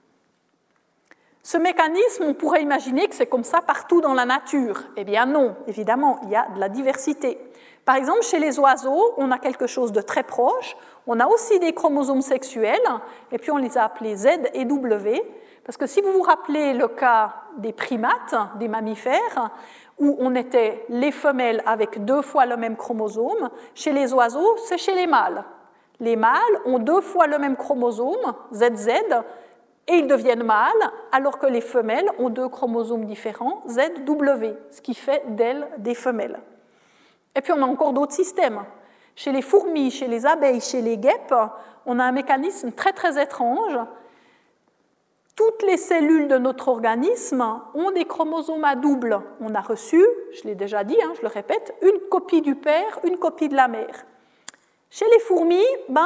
[SPEAKER 2] Ce mécanisme, on pourrait imaginer que c'est comme ça partout dans la nature. Eh bien non, évidemment, il y a de la diversité. Par exemple, chez les oiseaux, on a quelque chose de très proche. On a aussi des chromosomes sexuels, et puis on les a appelés Z et W. Parce que si vous vous rappelez le cas des primates, des mammifères, où on était les femelles avec deux fois le même chromosome, chez les oiseaux, c'est chez les mâles. Les mâles ont deux fois le même chromosome, Z Z, et ils deviennent mâles, alors que les femelles ont deux chromosomes différents, Z W, ce qui fait d'elles des femelles. Et puis on a encore d'autres systèmes. Chez les fourmis, chez les abeilles, chez les guêpes, on a un mécanisme très très étrange. Toutes les cellules de notre organisme ont des chromosomes à double. On a reçu, je l'ai déjà dit, hein, je le répète, une copie du père, une copie de la mère. Chez les fourmis, ben,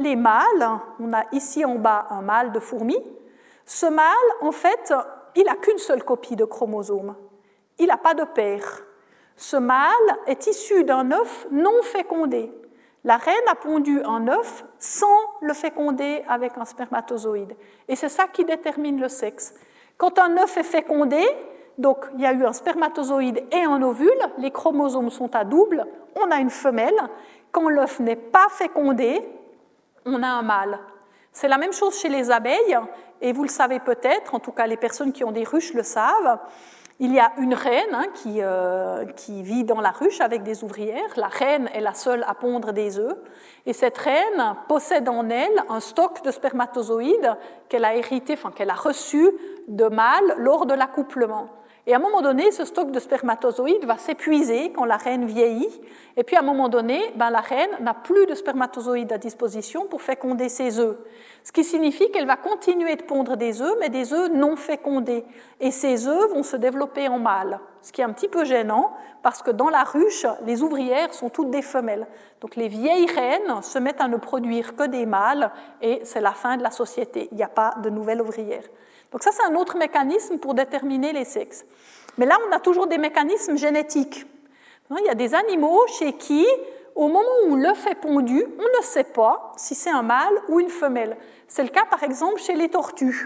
[SPEAKER 2] les mâles, on a ici en bas un mâle de fourmi. Ce mâle, en fait, il n'a qu'une seule copie de chromosome. Il n'a pas de père. Ce mâle est issu d'un œuf non fécondé. La reine a pondu un œuf sans le féconder avec un spermatozoïde. Et c'est ça qui détermine le sexe. Quand un œuf est fécondé, donc il y a eu un spermatozoïde et un ovule, les chromosomes sont à double, on a une femelle. Quand l'œuf n'est pas fécondé, on a un mâle. C'est la même chose chez les abeilles, et vous le savez peut-être, en tout cas les personnes qui ont des ruches le savent. Il y a une reine hein, qui, euh, qui vit dans la ruche avec des ouvrières. La reine est la seule à pondre des œufs. Et cette reine possède en elle un stock de spermatozoïdes qu'elle a hérité, enfin qu'elle a reçu de mâles lors de l'accouplement. Et à un moment donné, ce stock de spermatozoïdes va s'épuiser quand la reine vieillit. Et puis à un moment donné, ben, la reine n'a plus de spermatozoïdes à disposition pour féconder ses œufs. Ce qui signifie qu'elle va continuer de pondre des œufs, mais des œufs non fécondés. Et ces œufs vont se développer en mâles. Ce qui est un petit peu gênant, parce que dans la ruche, les ouvrières sont toutes des femelles. Donc les vieilles reines se mettent à ne produire que des mâles, et c'est la fin de la société. Il n'y a pas de nouvelles ouvrières. Donc ça, c'est un autre mécanisme pour déterminer les sexes. Mais là, on a toujours des mécanismes génétiques. Il y a des animaux chez qui, au moment où l'œuf est pondu, on ne sait pas si c'est un mâle ou une femelle. C'est le cas, par exemple, chez les tortues.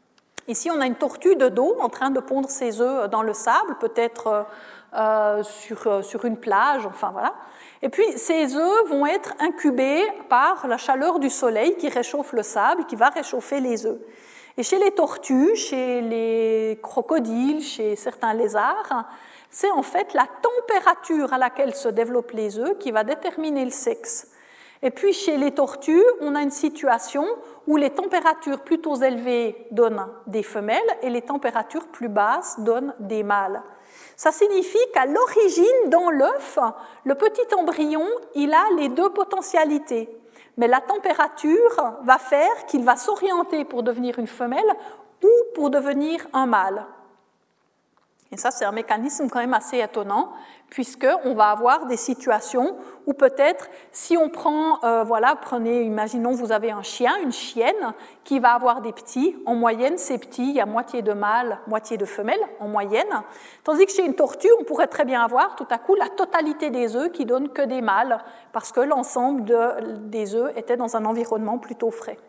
[SPEAKER 2] Ici, on a une tortue de dos en train de pondre ses œufs dans le sable, peut-être euh, sur, sur une plage, enfin voilà. Et puis, ces œufs vont être incubés par la chaleur du soleil qui réchauffe le sable, qui va réchauffer les œufs. Et chez les tortues, chez les crocodiles, chez certains lézards, c'est en fait la température à laquelle se développent les œufs qui va déterminer le sexe. Et puis chez les tortues, on a une situation où les températures plutôt élevées donnent des femelles et les températures plus basses donnent des mâles. Ça signifie qu'à l'origine, dans l'œuf, le petit embryon, il a les deux potentialités. Mais la température va faire qu'il va s'orienter pour devenir une femelle ou pour devenir un mâle. Et ça, c'est un mécanisme quand même assez étonnant, puisqu'on va avoir des situations où peut-être, si on prend, euh, voilà, prenez, imaginons, vous avez un chien, une chienne, qui va avoir des petits. En moyenne, ces petits, il y a moitié de mâles, moitié de femelles, en moyenne. Tandis que chez une tortue, on pourrait très bien avoir, tout à coup, la totalité des œufs qui donnent que des mâles, parce que l'ensemble de, des œufs était dans un environnement plutôt frais.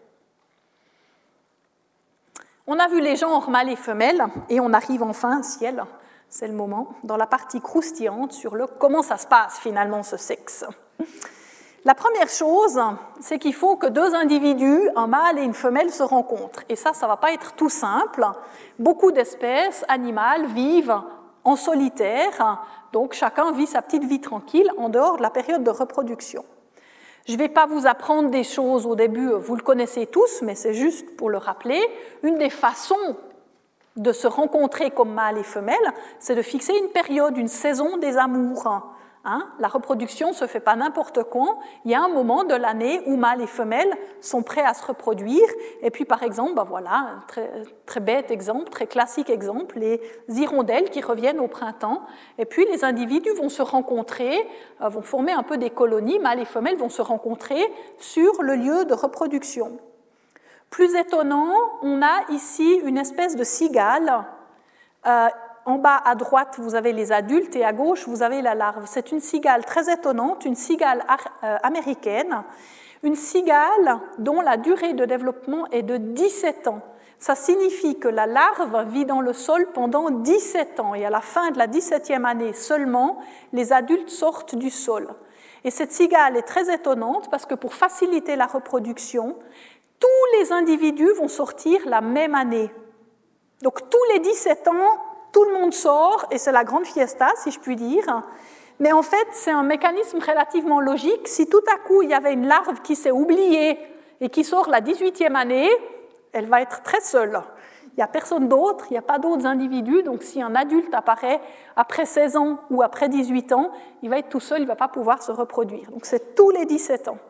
[SPEAKER 2] On a vu les genres mâles et femelles, et on arrive enfin, ciel, c'est le moment, dans la partie croustillante sur le comment ça se passe finalement ce sexe. La première chose, c'est qu'il faut que deux individus, un mâle et une femelle, se rencontrent. Et ça, ça ne va pas être tout simple. Beaucoup d'espèces animales vivent en solitaire, donc chacun vit sa petite vie tranquille en dehors de la période de reproduction. Je ne vais pas vous apprendre des choses au début, vous le connaissez tous, mais c'est juste pour le rappeler. Une des façons de se rencontrer comme mâle et femelle, c'est de fixer une période, une saison des amours. Hein? La reproduction ne se fait pas n'importe quand. Il y a un moment de l'année où mâle et femelle sont prêts à se reproduire. Et puis, par exemple, ben voilà, un très, très bête exemple, très classique exemple, les hirondelles qui reviennent au printemps. Et puis, les individus vont se rencontrer, euh, vont former un peu des colonies. Mâle et femelle vont se rencontrer sur le lieu de reproduction. Plus étonnant, on a ici une espèce de cigale. Euh, En bas à droite, vous avez les adultes et à gauche, vous avez la larve. C'est une cigale très étonnante, une cigale américaine, une cigale dont la durée de développement est de dix-sept ans. Ça signifie que la larve vit dans le sol pendant dix-sept ans et à la fin de la dix-septième année seulement, les adultes sortent du sol. Et cette cigale est très étonnante parce que pour faciliter la reproduction, tous les individus vont sortir la même année. Donc tous les dix-sept ans, tout le monde sort, et c'est la grande fiesta, si je puis dire. Mais en fait, c'est un mécanisme relativement logique. Si tout à coup, il y avait une larve qui s'est oubliée et qui sort la dix-huitième année, elle va être très seule. Il n'y a personne d'autre, il n'y a pas d'autres individus. Donc, si un adulte apparaît après seize ans ou après dix-huit ans, il va être tout seul, il ne va pas pouvoir se reproduire. Donc, c'est tous les dix-sept ans.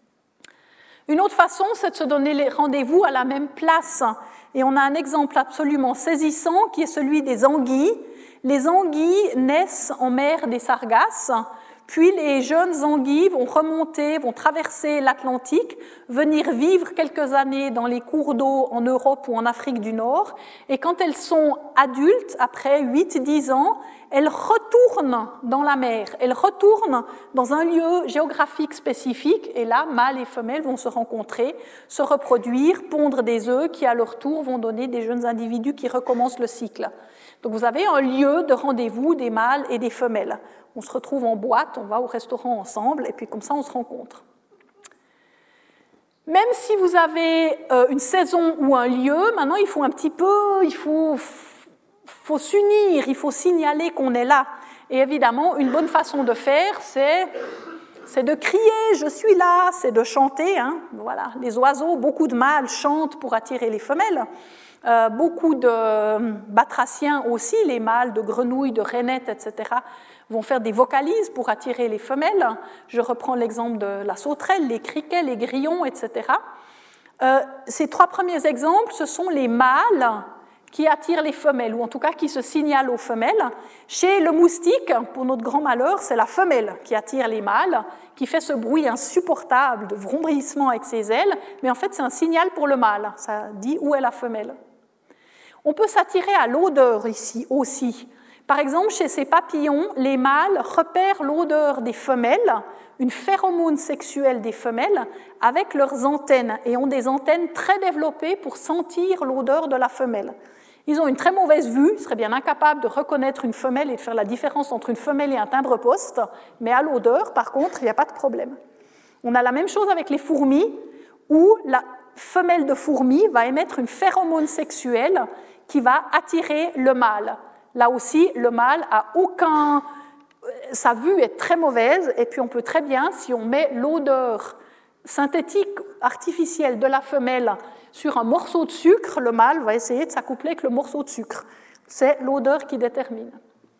[SPEAKER 2] Une autre façon, c'est de se donner les rendez-vous à la même place. Et on a un exemple absolument saisissant qui est celui des anguilles. Les anguilles naissent en mer des Sargasses. Puis les jeunes anguilles vont remonter, vont traverser l'Atlantique, venir vivre quelques années dans les cours d'eau en Europe ou en Afrique du Nord. Et quand elles sont adultes, après huit à dix ans, elles retournent dans la mer. Elles retournent dans un lieu géographique spécifique. Et là, mâles et femelles vont se rencontrer, se reproduire, pondre des œufs qui, à leur tour, vont donner des jeunes individus qui recommencent le cycle. Donc vous avez un lieu de rendez-vous des mâles et des femelles. On se retrouve en boîte, on va au restaurant ensemble, et puis comme ça, on se rencontre. Même si vous avez euh, une saison ou un lieu, maintenant, il faut un petit peu, il faut, faut s'unir, il faut signaler qu'on est là. Et évidemment, une bonne façon de faire, c'est, c'est de crier « je suis là », c'est de chanter. Hein. Voilà. Les oiseaux, beaucoup de mâles chantent pour attirer les femelles. Euh, beaucoup de batraciens aussi, les mâles de grenouilles, de rainettes, et cetera, vont faire des vocalises pour attirer les femelles. Je reprends l'exemple de la sauterelle, les criquets, les grillons, et cetera. Euh, ces trois premiers exemples, ce sont les mâles qui attirent les femelles, ou en tout cas qui se signalent aux femelles. Chez le moustique, pour notre grand malheur, c'est la femelle qui attire les mâles, qui fait ce bruit insupportable de vrombissement avec ses ailes, mais en fait c'est un signal pour le mâle, ça dit où est la femelle. On peut s'attirer à l'odeur ici aussi. Par exemple, chez ces papillons, les mâles repèrent l'odeur des femelles, une phéromone sexuelle des femelles, avec leurs antennes, et ont des antennes très développées pour sentir l'odeur de la femelle. Ils ont une très mauvaise vue, ils seraient bien incapables de reconnaître une femelle et de faire la différence entre une femelle et un timbre-poste, mais à l'odeur, par contre, il n'y a pas de problème. On a la même chose avec les fourmis, où la femelle de fourmi va émettre une phéromone sexuelle qui va attirer le mâle. Là aussi, le mâle a aucun... Sa vue est très mauvaise, et puis on peut très bien, si on met l'odeur synthétique, artificielle de la femelle sur un morceau de sucre, le mâle va essayer de s'accoupler avec le morceau de sucre. C'est l'odeur qui détermine.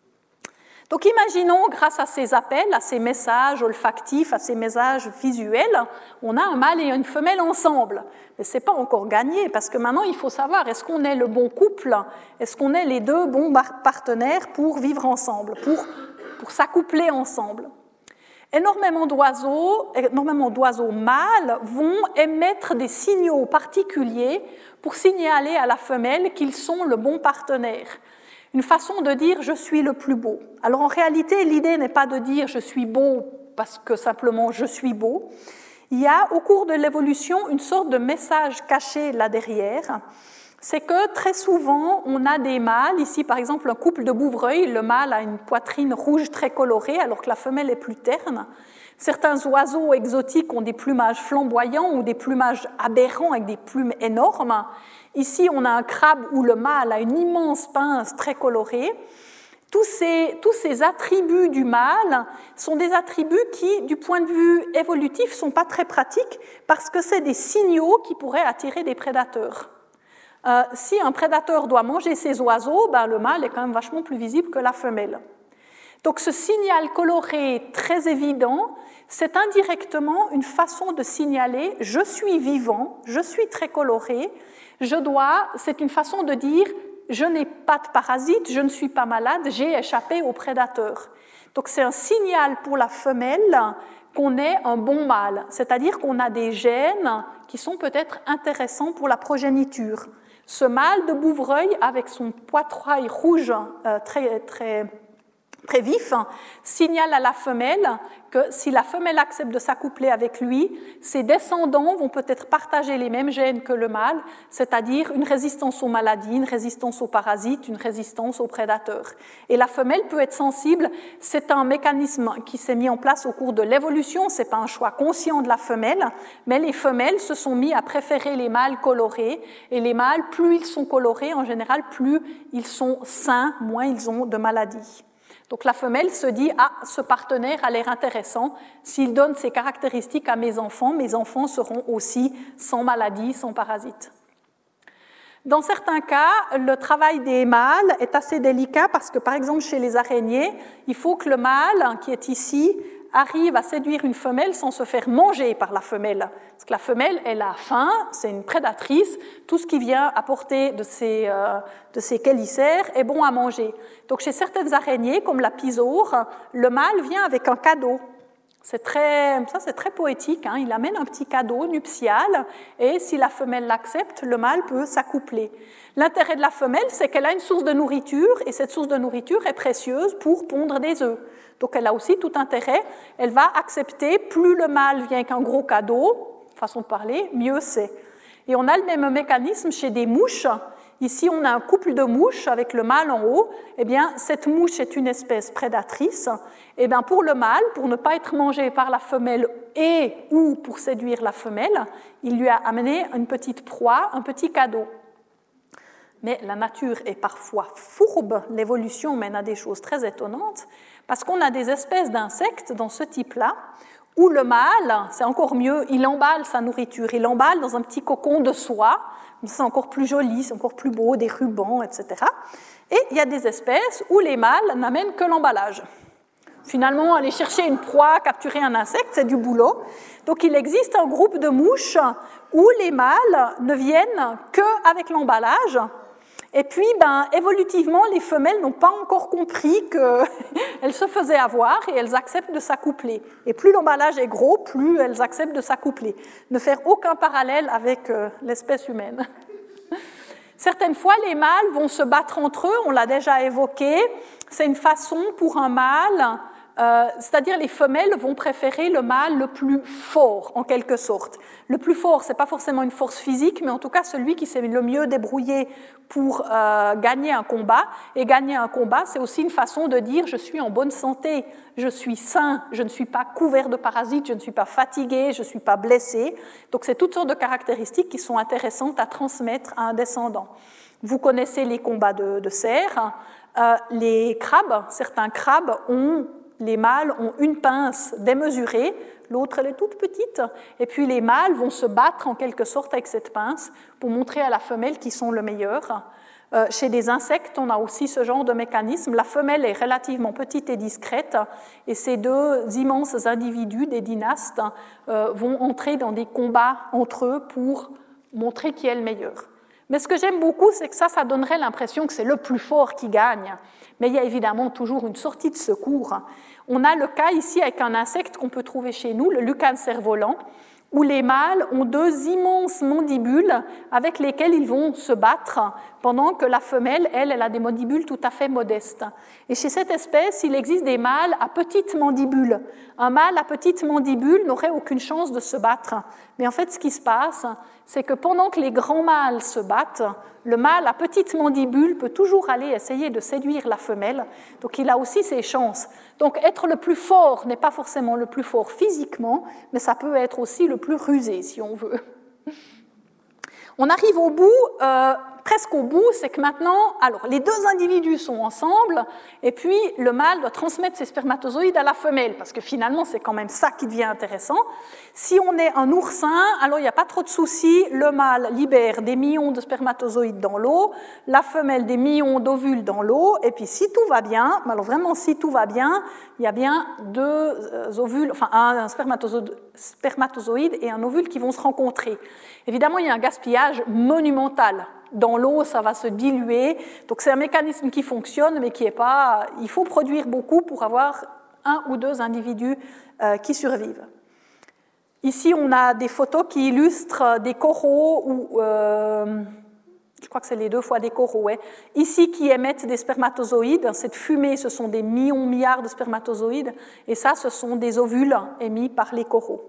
[SPEAKER 2] Donc imaginons, grâce à ces appels, à ces messages olfactifs, à ces messages visuels, on a un mâle et une femelle ensemble. Mais ce n'est pas encore gagné, parce que maintenant il faut savoir, est-ce qu'on est le bon couple, est-ce qu'on est les deux bons partenaires pour vivre ensemble, pour, pour s'accoupler ensemble. Énormément d'oiseaux, énormément d'oiseaux mâles vont émettre des signaux particuliers pour signaler à la femelle qu'ils sont le bon partenaire. Une façon de dire « je suis le plus beau ». Alors en réalité, l'idée n'est pas de dire « je suis beau » parce que simplement « je suis beau ». Il y a au cours de l'évolution une sorte de message caché là derrière. C'est que très souvent, on a des mâles, ici par exemple un couple de bouvreuils, le mâle a une poitrine rouge très colorée alors que la femelle est plus terne. Certains oiseaux exotiques ont des plumages flamboyants ou des plumages aberrants avec des plumes énormes. Ici, on a un crabe où le mâle a une immense pince très colorée. Tous ces, tous ces attributs du mâle sont des attributs qui, du point de vue évolutif, ne sont pas très pratiques parce que c'est des signaux qui pourraient attirer des prédateurs. Euh, si un prédateur doit manger ses oiseaux, ben, le mâle est quand même vachement plus visible que la femelle. Donc ce signal coloré très évident, c'est indirectement une façon de signaler « je suis vivant, je suis très coloré », je dois, c'est une façon de dire « je n'ai pas de parasite, je ne suis pas malade, j'ai échappé au prédateur ». Donc c'est un signal pour la femelle qu'on est un bon mâle, c'est-à-dire qu'on a des gènes qui sont peut-être intéressants pour la progéniture. Ce mâle de bouvreuil, avec son poitrail rouge euh, très, très, très vif, signale à la femelle que si la femelle accepte de s'accoupler avec lui, ses descendants vont peut-être partager les mêmes gènes que le mâle, c'est-à-dire une résistance aux maladies, une résistance aux parasites, une résistance aux prédateurs. Et la femelle peut être sensible, c'est un mécanisme qui s'est mis en place au cours de l'évolution, ce n'est pas un choix conscient de la femelle, mais les femelles se sont mis à préférer les mâles colorés, et les mâles, plus ils sont colorés, en général, plus ils sont sains, moins ils ont de maladies. Donc la femelle se dit « Ah, ce partenaire a l'air intéressant, s'il donne ces caractéristiques à mes enfants, mes enfants seront aussi sans maladie, sans parasites. » Dans certains cas, le travail des mâles est assez délicat parce que, par exemple, chez les araignées, il faut que le mâle, qui est ici, arrive à séduire une femelle sans se faire manger par la femelle. Parce que la femelle, elle a faim, c'est une prédatrice, tout ce qui vient apporter de ses, euh, de ses chélicères est bon à manger. Donc chez certaines araignées, comme la pisaure, le mâle vient avec un cadeau. C'est très, ça c'est très poétique, hein. Il amène un petit cadeau nuptial et si la femelle l'accepte, le mâle peut s'accoupler. L'intérêt de la femelle, c'est qu'elle a une source de nourriture et cette source de nourriture est précieuse pour pondre des œufs. Donc elle a aussi tout intérêt, elle va accepter, plus le mâle vient avec un gros cadeau, façon de parler, mieux c'est. Et on a le même mécanisme chez des mouches. Ici, on a un couple de mouches avec le mâle en haut. Eh bien, cette mouche est une espèce prédatrice. Eh bien, pour le mâle, pour ne pas être mangé par la femelle et ou pour séduire la femelle, il lui a amené une petite proie, un petit cadeau. Mais la nature est parfois fourbe, l'évolution mène à des choses très étonnantes, parce qu'on a des espèces d'insectes dans ce type-là, où le mâle, c'est encore mieux, il emballe sa nourriture, il l'emballe dans un petit cocon de soie, c'est encore plus joli, c'est encore plus beau, des rubans, et cetera. Et il y a des espèces où les mâles n'amènent que l'emballage. Finalement, aller chercher une proie, capturer un insecte, c'est du boulot. Donc il existe un groupe de mouches où les mâles ne viennent qu'avec l'emballage. Et puis, ben, évolutivement, les femelles n'ont pas encore compris qu'elles se faisaient avoir et elles acceptent de s'accoupler. Et plus l'emballage est gros, plus elles acceptent de s'accoupler. Ne faire aucun parallèle avec euh, l'espèce humaine. Certaines fois, les mâles vont se battre entre eux, on l'a déjà évoqué. C'est une façon pour un mâle, euh, c'est-à-dire les femelles vont préférer le mâle le plus fort, en quelque sorte. Le plus fort, ce n'est pas forcément une force physique, mais en tout cas celui qui s'est le mieux débrouillé pour euh, gagner un combat. Et gagner un combat, c'est aussi une façon de dire « je suis en bonne santé, je suis sain, je ne suis pas couvert de parasites, je ne suis pas fatigué, je ne suis pas blessé ». Donc c'est toutes sortes de caractéristiques qui sont intéressantes à transmettre à un descendant. Vous connaissez les combats de, de cerfs. Euh, les crabes, certains crabes ont... Les mâles ont une pince démesurée, l'autre elle est toute petite, et puis les mâles vont se battre en quelque sorte avec cette pince pour montrer à la femelle qu'ils sont le meilleur. Euh, chez des insectes, on a aussi ce genre de mécanisme. La femelle est relativement petite et discrète, et ces deux immenses individus, des dynastes, euh, vont entrer dans des combats entre eux pour montrer qui est le meilleur. Mais ce que j'aime beaucoup, c'est que ça, ça donnerait l'impression que c'est le plus fort qui gagne. Mais il y a évidemment toujours une sortie de secours. On a le cas ici avec un insecte qu'on peut trouver chez nous, le lucane cerf-volant, où les mâles ont deux immenses mandibules avec lesquelles ils vont se battre, pendant que la femelle, elle, elle a des mandibules tout à fait modestes. Et chez cette espèce, il existe des mâles à petites mandibules. Un mâle à petite mandibule n'aurait aucune chance de se battre. Mais en fait, ce qui se passe, c'est que pendant que les grands mâles se battent, le mâle à petite mandibule peut toujours aller essayer de séduire la femelle, donc il a aussi ses chances. Donc être le plus fort n'est pas forcément le plus fort physiquement, mais ça peut être aussi le plus rusé, si on veut. On arrive au bout, euh, presque au bout, c'est que maintenant, alors les deux individus sont ensemble, et puis le mâle doit transmettre ses spermatozoïdes à la femelle, parce que finalement c'est quand même ça qui devient intéressant. Si on est un oursin, alors il n'y a pas trop de soucis, le mâle libère des millions de spermatozoïdes dans l'eau, la femelle des millions d'ovules dans l'eau, et puis si tout va bien, alors vraiment si tout va bien, il y a bien deux ovules, enfin un spermatozoïde et un ovule qui vont se rencontrer. Évidemment, il y a un gaspillage monumental. Dans l'eau, ça va se diluer. Donc, c'est un mécanisme qui fonctionne, mais qui n'est pas... Il faut produire beaucoup pour avoir un ou deux individus euh, qui survivent. Ici, on a des photos qui illustrent des coraux, ou, euh, je crois que c'est les deux fois des coraux, ouais. Ici, qui émettent des spermatozoïdes. Cette fumée, ce sont des millions, milliards de spermatozoïdes. Et ça, ce sont des ovules émis par les coraux.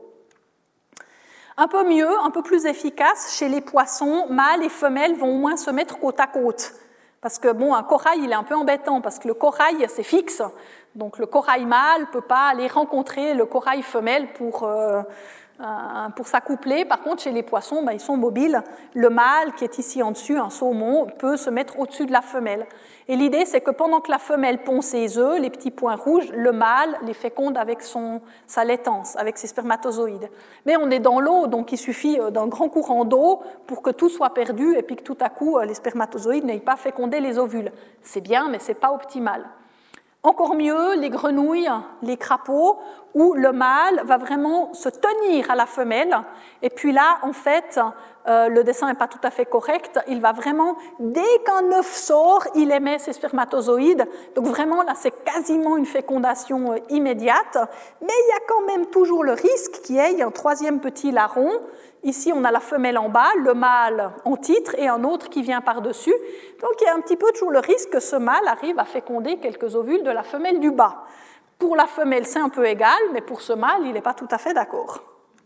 [SPEAKER 2] Un peu mieux, un peu plus efficace, chez les poissons, mâles et femelles vont au moins se mettre côte à côte. Parce que, bon, un corail, il est un peu embêtant, parce que le corail, c'est fixe. Donc, le corail mâle ne peut pas aller rencontrer le corail femelle pour, euh, pour s'accoupler. Par contre, chez les poissons, ben, ils sont mobiles. Le mâle, qui est ici en dessus, un saumon, peut se mettre au-dessus de la femelle. Et l'idée, c'est que pendant que la femelle pond ses œufs, les petits points rouges, le mâle les féconde avec son, sa laitance, avec ses spermatozoïdes. Mais on est dans l'eau, donc il suffit d'un grand courant d'eau pour que tout soit perdu et puis que tout à coup, les spermatozoïdes n'aient pas fécondé les ovules. C'est bien, mais ce n'est pas optimal. Encore mieux, les grenouilles, les crapauds, où le mâle va vraiment se tenir à la femelle, et puis là, en fait, euh, le dessin n'est pas tout à fait correct, il va vraiment, dès qu'un œuf sort, il émet ses spermatozoïdes, donc vraiment là, c'est quasiment une fécondation euh, immédiate, mais il y a quand même toujours le risque qu'il y ait un troisième petit larron. Ici, on a la femelle en bas, le mâle en titre, et un autre qui vient par-dessus, donc il y a un petit peu toujours le risque que ce mâle arrive à féconder quelques ovules de la femelle du bas. Pour la femelle, c'est un peu égal, mais pour ce mâle, il n'est pas tout à fait d'accord.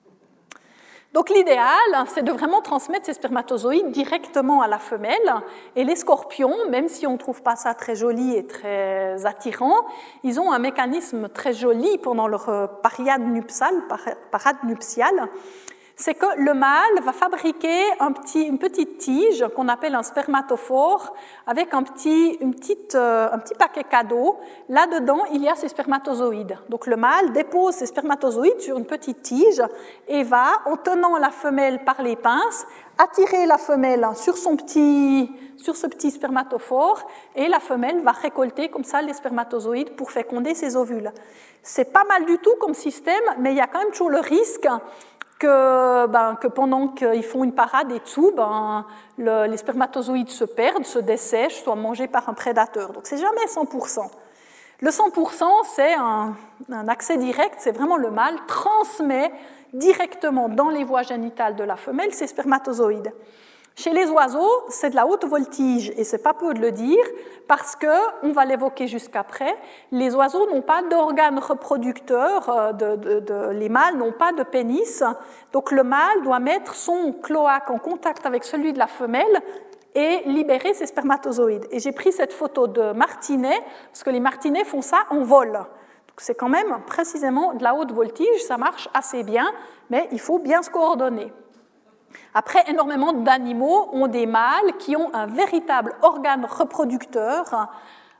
[SPEAKER 2] Donc l'idéal, c'est de vraiment transmettre ces spermatozoïdes directement à la femelle. Et les scorpions, même si on ne trouve pas ça très joli et très attirant, ils ont un mécanisme très joli pendant leur période nuptiale, parade nuptiale. C'est que le mâle va fabriquer un petit, une petite tige qu'on appelle un spermatophore avec un petit, une petite, euh, un petit paquet cadeau. Là-dedans, il y a ces spermatozoïdes. Donc le mâle dépose ses spermatozoïdes sur une petite tige et va, en tenant la femelle par les pinces, attirer la femelle sur, son petit, sur ce petit spermatophore et la femelle va récolter comme ça les spermatozoïdes pour féconder ses ovules. C'est pas mal du tout comme système, mais il y a quand même toujours le risque Que, ben, que pendant qu'ils font une parade et dessous, ben, le, les spermatozoïdes se perdent, se dessèchent, soient mangés par un prédateur. Donc c'est jamais cent pour cent. Le cent pour cent, c'est un, un accès direct, c'est vraiment le mâle transmet directement dans les voies génitales de la femelle ces spermatozoïdes. Chez les oiseaux, c'est de la haute voltige, et c'est pas peu de le dire, parce que, on va l'évoquer jusqu'après, les oiseaux n'ont pas d'organes reproducteurs, de, de, de, les mâles n'ont pas de pénis, donc le mâle doit mettre son cloaque en contact avec celui de la femelle et libérer ses spermatozoïdes. Et j'ai pris cette photo de martinets, parce que les martinets font ça en vol. Donc c'est quand même précisément de la haute voltige, ça marche assez bien, mais il faut bien se coordonner. Après, énormément d'animaux ont des mâles qui ont un véritable organe reproducteur, un,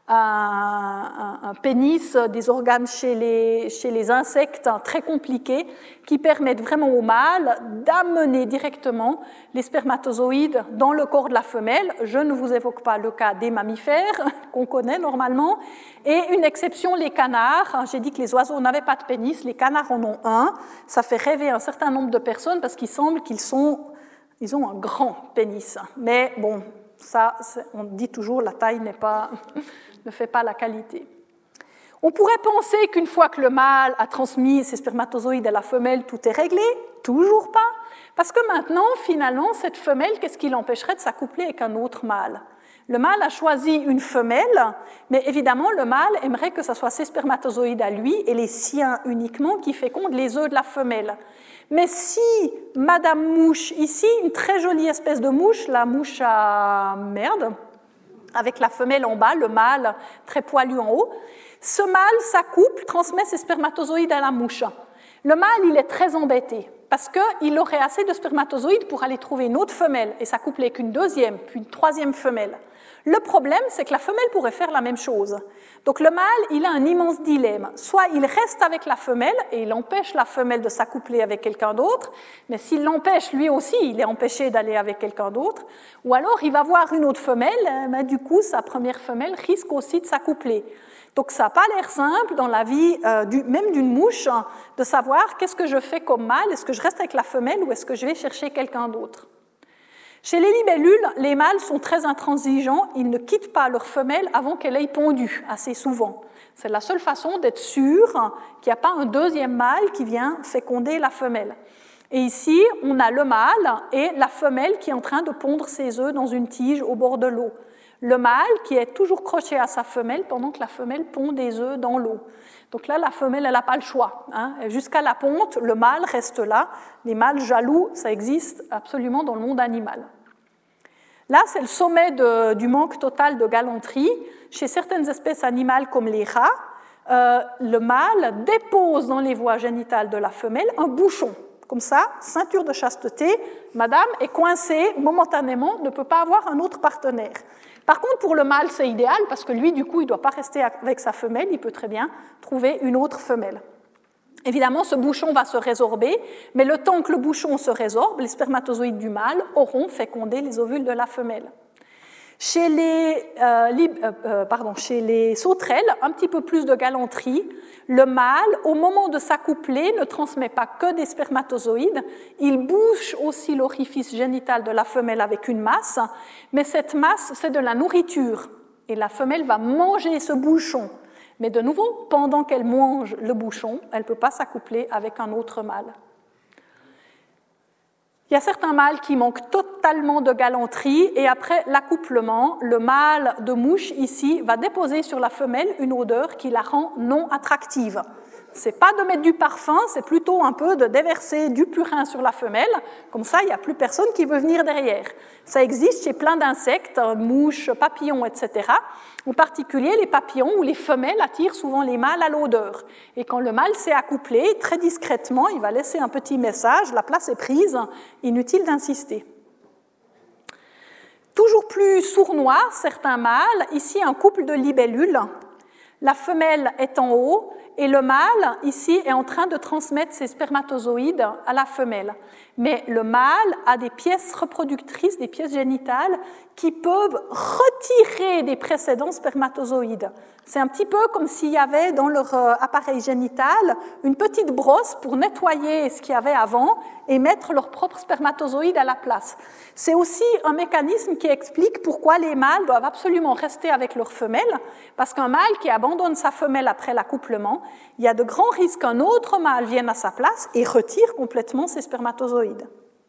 [SPEAKER 2] un, un pénis, des organes chez les, chez les insectes très compliqués, qui permettent vraiment au mâle d'amener directement les spermatozoïdes dans le corps de la femelle. Je ne vous évoque pas le cas des mammifères, qu'on connaît normalement, et une exception, les canards. J'ai dit que les oiseaux n'avaient pas de pénis, les canards en ont un. Ça fait rêver un certain nombre de personnes parce qu'il semble qu'ils sont, ils ont un grand pénis. Mais bon, ça, on dit toujours, la taille n'est pas, ne fait pas la qualité. On pourrait penser qu'une fois que le mâle a transmis ses spermatozoïdes à la femelle, tout est réglé. Toujours pas. Parce que maintenant, finalement, cette femelle, qu'est-ce qui l'empêcherait de s'accoupler avec un autre mâle ? Le mâle a choisi une femelle, mais évidemment, le mâle aimerait que ce soit ses spermatozoïdes à lui et les siens uniquement qui fécondent les œufs de la femelle. Mais si Madame Mouche, ici, une très jolie espèce de mouche, la mouche à merde, avec la femelle en bas, le mâle très poilu en haut, ce mâle s'accouple, transmet ses spermatozoïdes à la mouche. Le mâle, il est très embêté parce qu'il aurait assez de spermatozoïdes pour aller trouver une autre femelle et s'accoupler avec une deuxième, puis une troisième femelle. Le problème, c'est que la femelle pourrait faire la même chose. Donc le mâle, il a un immense dilemme. Soit il reste avec la femelle et il empêche la femelle de s'accoupler avec quelqu'un d'autre, mais s'il l'empêche, lui aussi, il est empêché d'aller avec quelqu'un d'autre. Ou alors il va voir une autre femelle, mais du coup, sa première femelle risque aussi de s'accoupler. Donc ça n'a pas l'air simple dans la vie, euh, du, même d'une mouche, hein, de savoir qu'est-ce que je fais comme mâle, est-ce que je reste avec la femelle ou est-ce que je vais chercher quelqu'un d'autre. Chez les libellules, les mâles sont très intransigeants, ils ne quittent pas leur femelle avant qu'elle ait pondu, assez souvent. C'est la seule façon d'être sûr qu'il n'y a pas un deuxième mâle qui vient féconder la femelle. Et ici, on a le mâle et la femelle qui est en train de pondre ses œufs dans une tige au bord de l'eau. Le mâle qui est toujours croché à sa femelle pendant que la femelle pond des œufs dans l'eau. Donc là, la femelle, elle n'a pas le choix. Hein. Jusqu'à la ponte, le mâle reste là. Les mâles jaloux, ça existe absolument dans le monde animal. Là, c'est le sommet de, du manque total de galanterie. Chez certaines espèces animales comme les rats, euh, le mâle dépose dans les voies génitales de la femelle un bouchon. Comme ça, ceinture de chasteté, madame est coincée momentanément, ne peut pas avoir un autre partenaire. Par contre, pour le mâle, c'est idéal parce que lui, du coup, il ne doit pas rester avec sa femelle, il peut très bien trouver une autre femelle. Évidemment, ce bouchon va se résorber, mais le temps que le bouchon se résorbe, les spermatozoïdes du mâle auront fécondé les ovules de la femelle. Chez les, euh, lib- euh, pardon, chez les sauterelles, un petit peu plus de galanterie. Le mâle, au moment de s'accoupler, ne transmet pas que des spermatozoïdes. Il bouche aussi l'orifice génital de la femelle avec une masse, mais cette masse, c'est de la nourriture. Et la femelle va manger ce bouchon. Mais de nouveau, pendant qu'elle mange le bouchon, elle ne peut pas s'accoupler avec un autre mâle. Il y a certains mâles qui manquent totalement de galanterie et après l'accouplement, le mâle de mouche ici va déposer sur la femelle une odeur qui la rend non attractive. Ce n'est pas de mettre du parfum, c'est plutôt un peu de déverser du purin sur la femelle. Comme ça, il n'y a plus personne qui veut venir derrière. Ça existe chez plein d'insectes, mouches, papillons, et cetera. En particulier, les papillons ou les femelles attirent souvent les mâles à l'odeur. Et quand le mâle s'est accouplé, très discrètement, il va laisser un petit message, la place est prise, inutile d'insister. Toujours plus sournois, certains mâles, ici un couple de libellules. La femelle est en haut et le mâle, ici, est en train de transmettre ses spermatozoïdes à la femelle. Mais le mâle a des pièces reproductrices, des pièces génitales, qui peuvent retirer des précédents spermatozoïdes. C'est un petit peu comme s'il y avait dans leur appareil génital une petite brosse pour nettoyer ce qu'il y avait avant et mettre leurs propres spermatozoïdes à la place. C'est aussi un mécanisme qui explique pourquoi les mâles doivent absolument rester avec leur femelle, parce qu'un mâle qui abandonne sa femelle après l'accouplement, il y a de grands risques qu'un autre mâle vienne à sa place et retire complètement ses spermatozoïdes.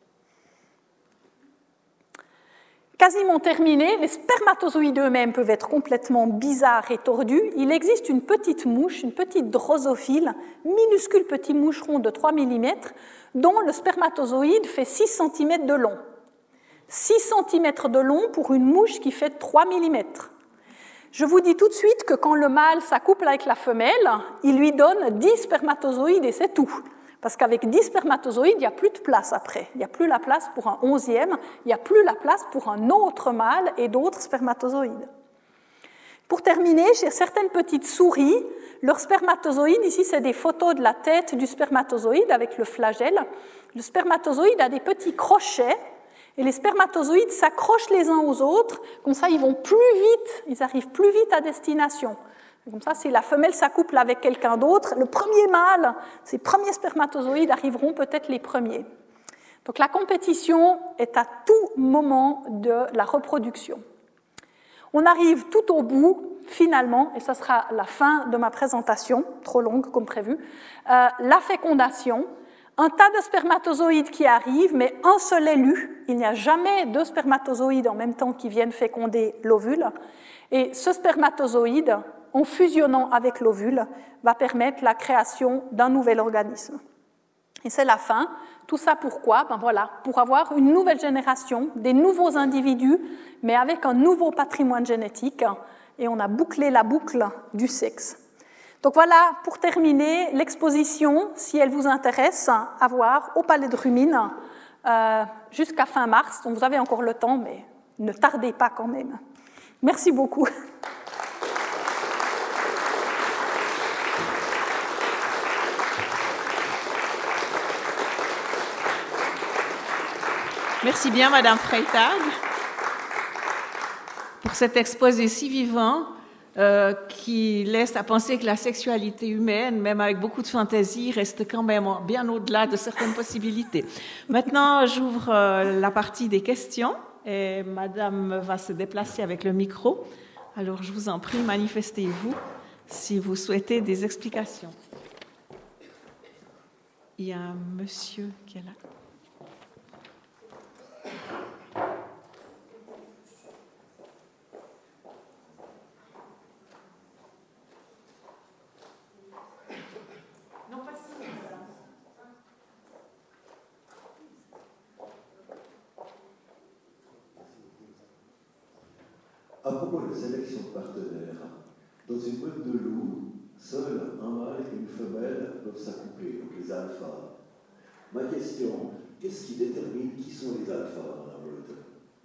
[SPEAKER 2] Quasiment terminé, les spermatozoïdes eux-mêmes peuvent être complètement bizarres et tordus. Il existe une petite mouche, une petite drosophile, minuscule petit moucheron de trois millimètres, dont le spermatozoïde fait six centimètres de long. six centimètres de long pour une mouche qui fait trois millimètres. Je vous dis tout de suite que quand le mâle s'accouple avec la femelle, il lui donne dix spermatozoïdes et c'est tout. Parce qu'avec dix spermatozoïdes, il n'y a plus de place après. Il n'y a plus la place pour un onzième, il n'y a plus la place pour un autre mâle et d'autres spermatozoïdes. Pour terminer, chez certaines petites souris, leurs spermatozoïdes, ici c'est des photos de la tête du spermatozoïde avec le flagelle. Le spermatozoïde a des petits crochets et les spermatozoïdes s'accrochent les uns aux autres, comme ça ils vont plus vite, ils arrivent plus vite à destination. Comme ça, si la femelle s'accouple avec quelqu'un d'autre, le premier mâle, ses premiers spermatozoïdes arriveront peut-être les premiers. Donc la compétition est à tout moment de la reproduction. On arrive tout au bout, finalement, et ça sera la fin de ma présentation, trop longue comme prévu, euh, la fécondation. Un tas de spermatozoïdes qui arrivent, mais un seul élu. Il n'y a jamais deux spermatozoïdes en même temps qui viennent féconder l'ovule. Et ce spermatozoïde, en fusionnant avec l'ovule, va permettre la création d'un nouvel organisme. Et c'est la fin. Tout ça pourquoi ? Ben voilà, pour avoir une nouvelle génération, des nouveaux individus, mais avec un nouveau patrimoine génétique. Et on a bouclé la boucle du sexe. Donc voilà, pour terminer, l'exposition, si elle vous intéresse, à voir au Palais de Rumine euh, jusqu'à fin mars. Donc vous avez encore le temps, mais ne tardez pas quand même. Merci beaucoup.
[SPEAKER 1] Merci bien, Madame Freytag, pour cet exposé si vivant euh, qui laisse à penser que la sexualité humaine, même avec beaucoup de fantaisie, reste quand même bien au-delà de certaines possibilités. Maintenant, j'ouvre euh, la partie des questions et Madame va se déplacer avec le micro. Alors, je vous en prie, manifestez-vous si vous souhaitez des explications. Il y a un monsieur qui est là.
[SPEAKER 3] À propos de sélection de partenaires, dans une meute de loups, seul un mâle et une femelle peuvent s'accoupler, donc les alphas. Ma question, qu'est-ce qui détermine qui sont les alphas dans la meute ?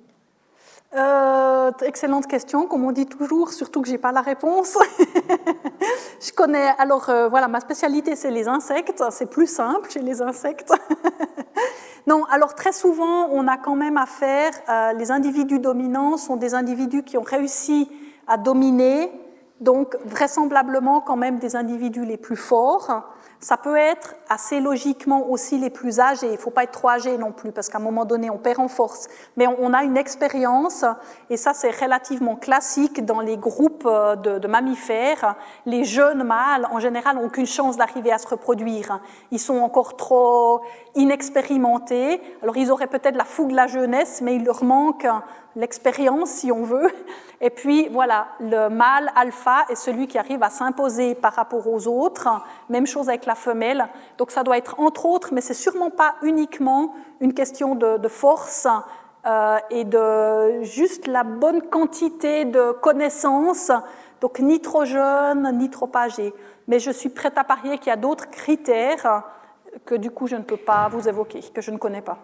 [SPEAKER 2] Euh, excellente question, comme on dit toujours, surtout que je n'ai pas la réponse. Je connais, alors euh, voilà, ma spécialité c'est les insectes, c'est plus simple chez les insectes. Non, alors très souvent, on a quand même affaire, euh, les individus dominants sont des individus qui ont réussi à dominer, donc vraisemblablement quand même des individus les plus forts. Ça peut être assez logiquement aussi les plus âgés, il ne faut pas être trop âgé non plus, parce qu'à un moment donné, on perd en force. Mais on a une expérience, et ça c'est relativement classique dans les groupes de, de mammifères. Les jeunes mâles, en général, n'ont aucune chance d'arriver à se reproduire. Ils sont encore trop inexpérimentés. Alors ils auraient peut-être la fougue de la jeunesse, mais il leur manque l'expérience, si on veut. Et puis, voilà, le mâle alpha est celui qui arrive à s'imposer par rapport aux autres. Même chose avec la femelle. Donc, ça doit être entre autres, mais c'est sûrement pas uniquement une question de, de force euh, et de juste la bonne quantité de connaissances. Donc, ni trop jeune, ni trop âgé. Mais je suis prête à parier qu'il y a d'autres critères que, du coup, je ne peux pas vous évoquer, que je ne connais pas.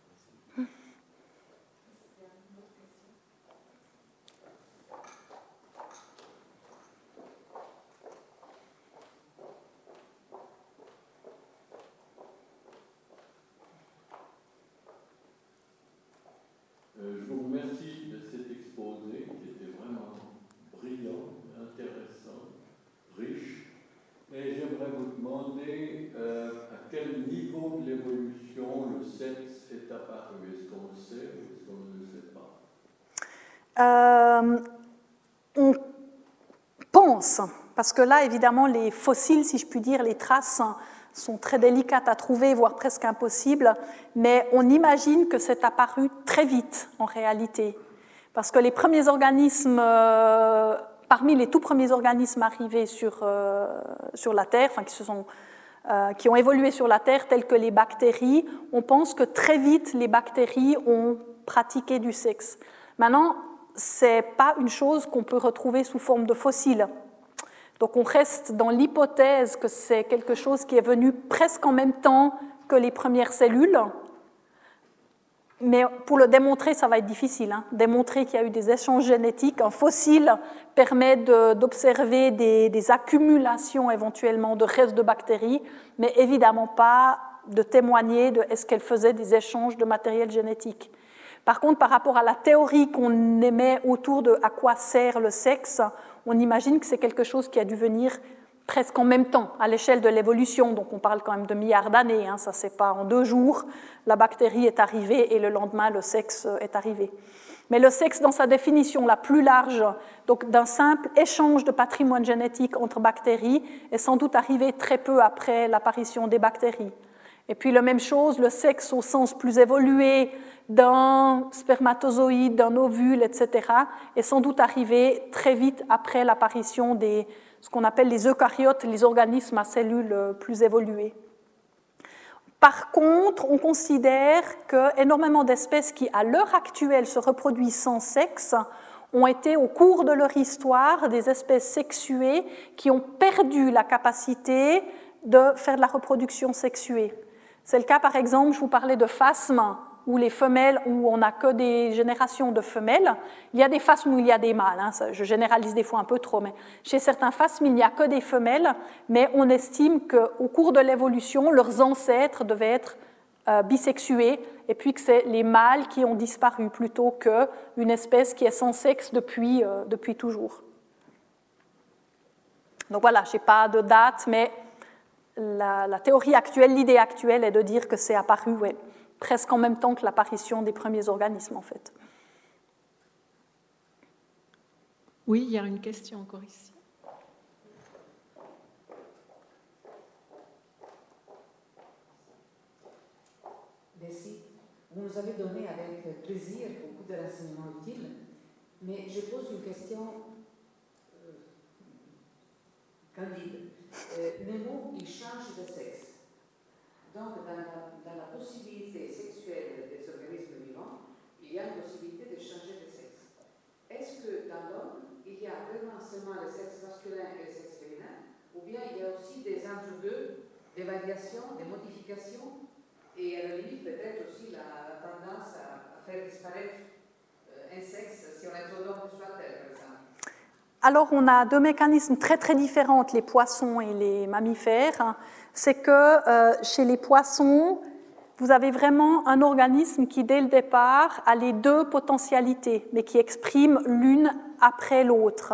[SPEAKER 4] Je vous remercie de cet exposé qui était vraiment brillant, intéressant, riche. Et j'aimerais vous demander euh, à quel niveau de l'évolution le sexe est apparu. Est-ce qu'on le sait ou est-ce qu'on ne le sait pas?
[SPEAKER 2] euh, On pense, parce que là, évidemment, les fossiles, si je puis dire, les traces sont très délicates à trouver, voire presque impossibles, mais on imagine que c'est apparu très vite en réalité, parce que les premiers organismes, euh, parmi les tout premiers organismes arrivés sur, euh, sur la Terre, enfin qui, se sont, euh, qui ont évolué sur la Terre, tels que les bactéries, on pense que très vite les bactéries ont pratiqué du sexe. Maintenant, ce n'est pas une chose qu'on peut retrouver sous forme de fossiles. Donc on reste dans l'hypothèse que c'est quelque chose qui est venu presque en même temps que les premières cellules. Mais pour le démontrer, ça va être difficile. Hein. Démontrer qu'il y a eu des échanges génétiques. Un fossile permet de, d'observer des, des accumulations éventuellement de restes de bactéries, mais évidemment pas de témoigner de est-ce qu'elles faisaient des échanges de matériel génétique. Par contre, par rapport à la théorie qu'on émet autour de à quoi sert le sexe, on imagine que c'est quelque chose qui a dû venir presque en même temps, à l'échelle de l'évolution. Donc on parle quand même de milliards d'années, hein, ça c'est pas en deux jours, la bactérie est arrivée et le lendemain le sexe est arrivé. Mais le sexe dans sa définition la plus large, donc d'un simple échange de patrimoine génétique entre bactéries, est sans doute arrivé très peu après l'apparition des bactéries. Et puis la même chose, le sexe au sens plus évolué d'un spermatozoïde, d'un ovule, et cetera, est sans doute arrivé très vite après l'apparition des ce qu'on appelle les eucaryotes, les organismes à cellules plus évoluées. Par contre, on considère qu'énormément d'espèces qui, à l'heure actuelle, se reproduisent sans sexe, ont été, au cours de leur histoire, des espèces sexuées qui ont perdu la capacité de faire de la reproduction sexuée. C'est le cas, par exemple, je vous parlais de phasmes, où les femelles, où on n'a que des générations de femelles. Il y a des phasmes où il y a des mâles, hein, ça, je généralise des fois un peu trop, mais chez certains phasmes, il n'y a que des femelles, mais on estime qu'au cours de l'évolution, leurs ancêtres devaient être euh, bisexués, et puis que c'est les mâles qui ont disparu, plutôt qu'une espèce qui est sans sexe depuis, euh, depuis toujours. Donc voilà, je n'ai pas de date, mais la, la théorie actuelle, l'idée actuelle est de dire que c'est apparu, ouais, presque en même temps que l'apparition des premiers organismes, en fait.
[SPEAKER 1] Oui, il y a une question encore ici.
[SPEAKER 5] Merci. Vous nous avez donné avec plaisir beaucoup de renseignements utiles, mais je pose une question euh, candide. Euh, Nemo, il change de sexe. Donc, dans la, dans la possibilité sexuelle des organismes vivants, il y a une possibilité de changer de sexe. Est-ce que dans l'homme, il y a vraiment seulement le sexe masculin et le sexe féminin, ou bien il y a aussi des entre-deux, des variations, des modifications, et à la limite peut-être aussi la, la tendance à, à faire disparaître euh, un sexe si on introduit sur la Terre, par exemple?
[SPEAKER 2] Alors, on a deux mécanismes très très différents entre les poissons et les mammifères. C'est que euh, chez les poissons, vous avez vraiment un organisme qui, dès le départ, a les deux potentialités, mais qui exprime l'une après l'autre.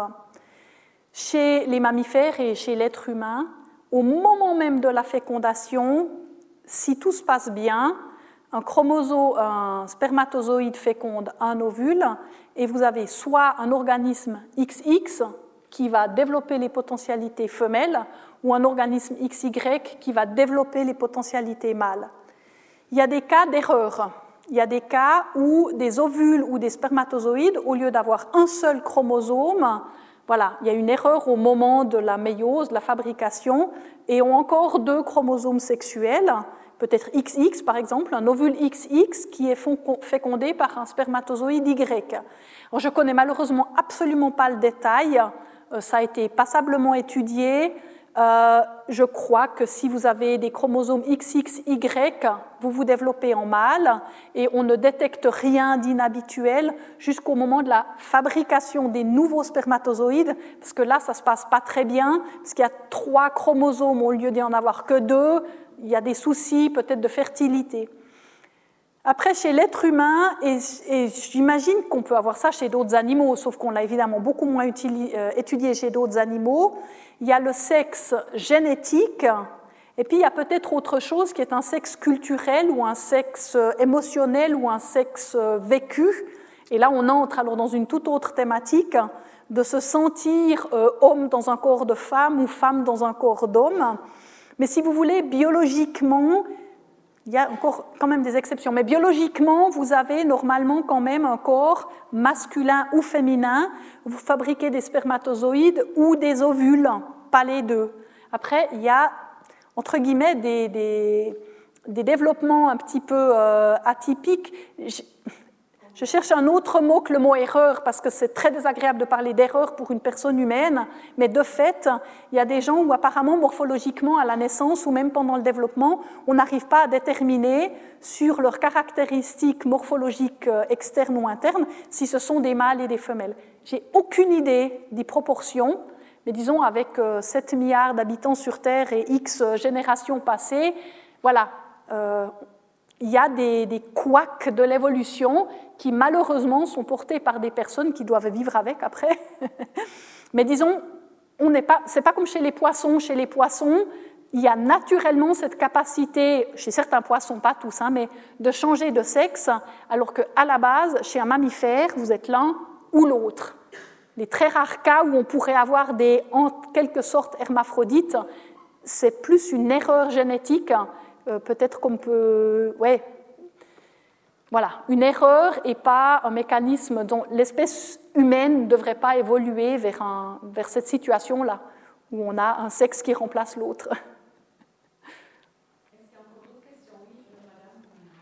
[SPEAKER 2] Chez les mammifères et chez l'être humain, au moment même de la fécondation, si tout se passe bien, un chromosome, un spermatozoïde féconde un ovule, et vous avez soit un organisme X X qui va développer les potentialités femelles, ou un organisme X Y qui va développer les potentialités mâles. Il y a des cas d'erreur. Il y a des cas où des ovules ou des spermatozoïdes, au lieu d'avoir un seul chromosome, voilà, il y a une erreur au moment de la méiose, de la fabrication, et ont encore deux chromosomes sexuels, peut-être X X par exemple, un ovule X X qui est fécondé par un spermatozoïde Y. Alors, je ne connais malheureusement absolument pas le détail, ça a été passablement étudié. Euh, je crois que si vous avez des chromosomes X X Y, vous vous développez en mâle et on ne détecte rien d'inhabituel jusqu'au moment de la fabrication des nouveaux spermatozoïdes, parce que là, ça ne se passe pas très bien, parce qu'il y a trois chromosomes au lieu d'y en avoir que deux, il y a des soucis peut-être de fertilité. Après, chez l'être humain, et, et j'imagine qu'on peut avoir ça chez d'autres animaux, sauf qu'on l'a évidemment beaucoup moins utili, euh, étudié chez d'autres animaux, il y a le sexe génétique, et puis il y a peut-être autre chose qui est un sexe culturel ou un sexe émotionnel ou un sexe vécu. Et là, on entre alors dans une toute autre thématique de se sentir euh, homme dans un corps de femme ou femme dans un corps d'homme. Mais si vous voulez, biologiquement, il y a encore quand même des exceptions, mais biologiquement, vous avez normalement quand même un corps masculin ou féminin. Vous fabriquez des spermatozoïdes ou des ovules, pas les deux. Après, il y a, entre guillemets, des, des, des développements un petit peu euh, atypiques. Je, je cherche un autre mot que le mot erreur, parce que c'est très désagréable de parler d'erreur pour une personne humaine, mais de fait, il y a des gens où apparemment, morphologiquement, à la naissance ou même pendant le développement, on n'arrive pas à déterminer sur leurs caractéristiques morphologiques externes ou internes si ce sont des mâles et des femelles. J'ai aucune idée des proportions, mais disons avec sept milliards d'habitants sur Terre et X générations passées, voilà, euh, il y a des, des couacs de l'évolution qui malheureusement sont portés par des personnes qui doivent vivre avec après. Mais disons, on n'est pas, c'est pas comme chez les poissons. Chez les poissons, il y a naturellement cette capacité, chez certains poissons, pas tous, hein, mais de changer de sexe, alors qu'à la base, chez un mammifère, vous êtes l'un ou l'autre. Les très rares cas où on pourrait avoir des, en quelque sorte, hermaphrodites, c'est plus une erreur génétique. Euh, peut-être qu'on peut... Ouais, voilà, une erreur et pas un mécanisme dont l'espèce humaine ne devrait pas évoluer vers, un, vers cette situation-là, où on a un sexe qui remplace l'autre.
[SPEAKER 5] Est-ce qu'il y a encore d'autres questions? Oui, madame.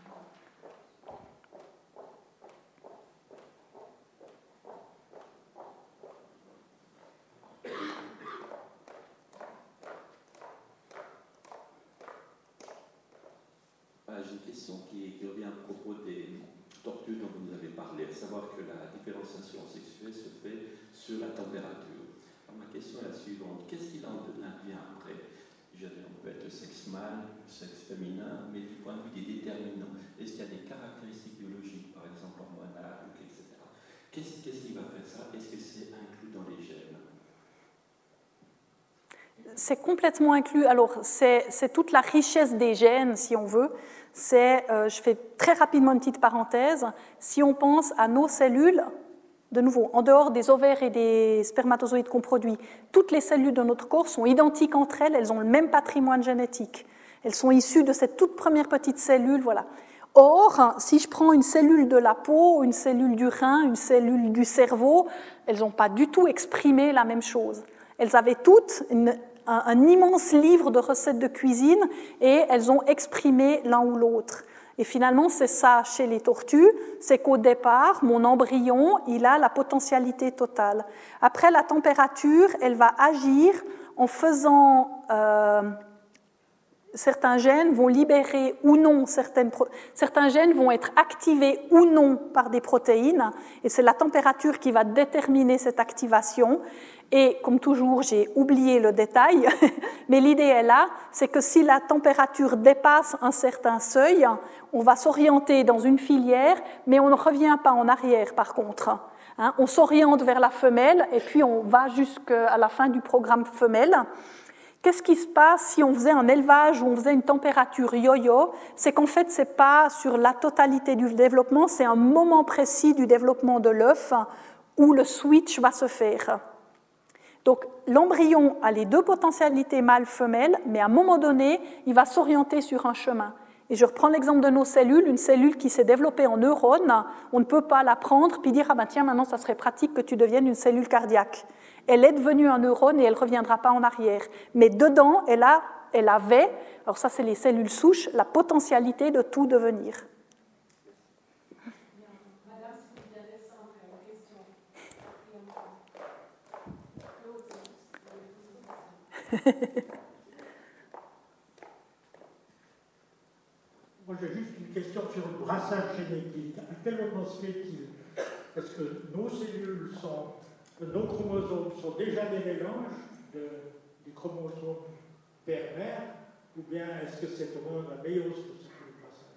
[SPEAKER 6] Ah, j'ai une question qui, qui revient à propos des tortues dont vous nous avez parlé, à savoir que la différenciation sexuelle se fait sur la température. Alors, ma question est la suivante. Qu'est-ce qu'il en devient après? On peut être sexe mâle, sexe féminin, mais du point de vue des déterminants. Est-ce qu'il y a des caractéristiques biologiques, par exemple hormonales, et cetera. Qu'est-ce, qu'est-ce qui va faire ça? Est-ce que c'est inclus dans les gènes?
[SPEAKER 2] C'est complètement inclus. Alors, c'est, c'est toute la richesse des gènes, si on veut. C'est, euh, je fais très rapidement une petite parenthèse. Si on pense à nos cellules, de nouveau, en dehors des ovaires et des spermatozoïdes qu'on produit, toutes les cellules de notre corps sont identiques entre elles, elles ont le même patrimoine génétique. Elles sont issues de cette toute première petite cellule, voilà. Or, si je prends une cellule de la peau, une cellule du rein, une cellule du cerveau, elles n'ont pas du tout exprimé la même chose. Elles avaient toutes une, un, un immense livre de recettes de cuisine et elles ont exprimé l'un ou l'autre. Et finalement, c'est ça chez les tortues, c'est qu'au départ, mon embryon, il a la potentialité totale. Après, la température, elle va agir en faisant... Euh, certains gènes vont libérer ou non certaines pro... certains gènes vont être activés ou non par des protéines, et c'est la température qui va déterminer cette activation. Et comme toujours, j'ai oublié le détail, mais l'idée est là, c'est que si la température dépasse un certain seuil, on va s'orienter dans une filière, mais on ne revient pas en arrière par contre. Hein, on s'oriente vers la femelle et puis on va jusqu'à la fin du programme femelle. Qu'est-ce qui se passe si on faisait un élevage où on faisait une température yo-yo? C'est qu'en fait, ce n'est pas sur la totalité du développement, c'est un moment précis du développement de l'œuf où le switch va se faire. Donc, l'embryon a les deux potentialités mâle-femelle, mais à un moment donné, il va s'orienter sur un chemin. Et je reprends l'exemple de nos cellules. Une cellule qui s'est développée en neurones, on ne peut pas la prendre puis dire « Ah ben tiens, maintenant, ça serait pratique que tu deviennes une cellule cardiaque ». Elle est devenue un neurone et elle ne reviendra pas en arrière. Mais dedans, elle, a, elle avait, alors ça c'est les cellules souches, la potentialité de tout devenir.
[SPEAKER 7] Madame, c'est bien simple, la question.
[SPEAKER 8] Moi, j'ai juste une question sur le brassage génétique. À quel moment se fait-il? Est-ce que nos cellules sont, nos chromosomes sont déjà des mélanges de, des chromosomes père-mère, ou bien est-ce que c'est au moment de la méiose que se fait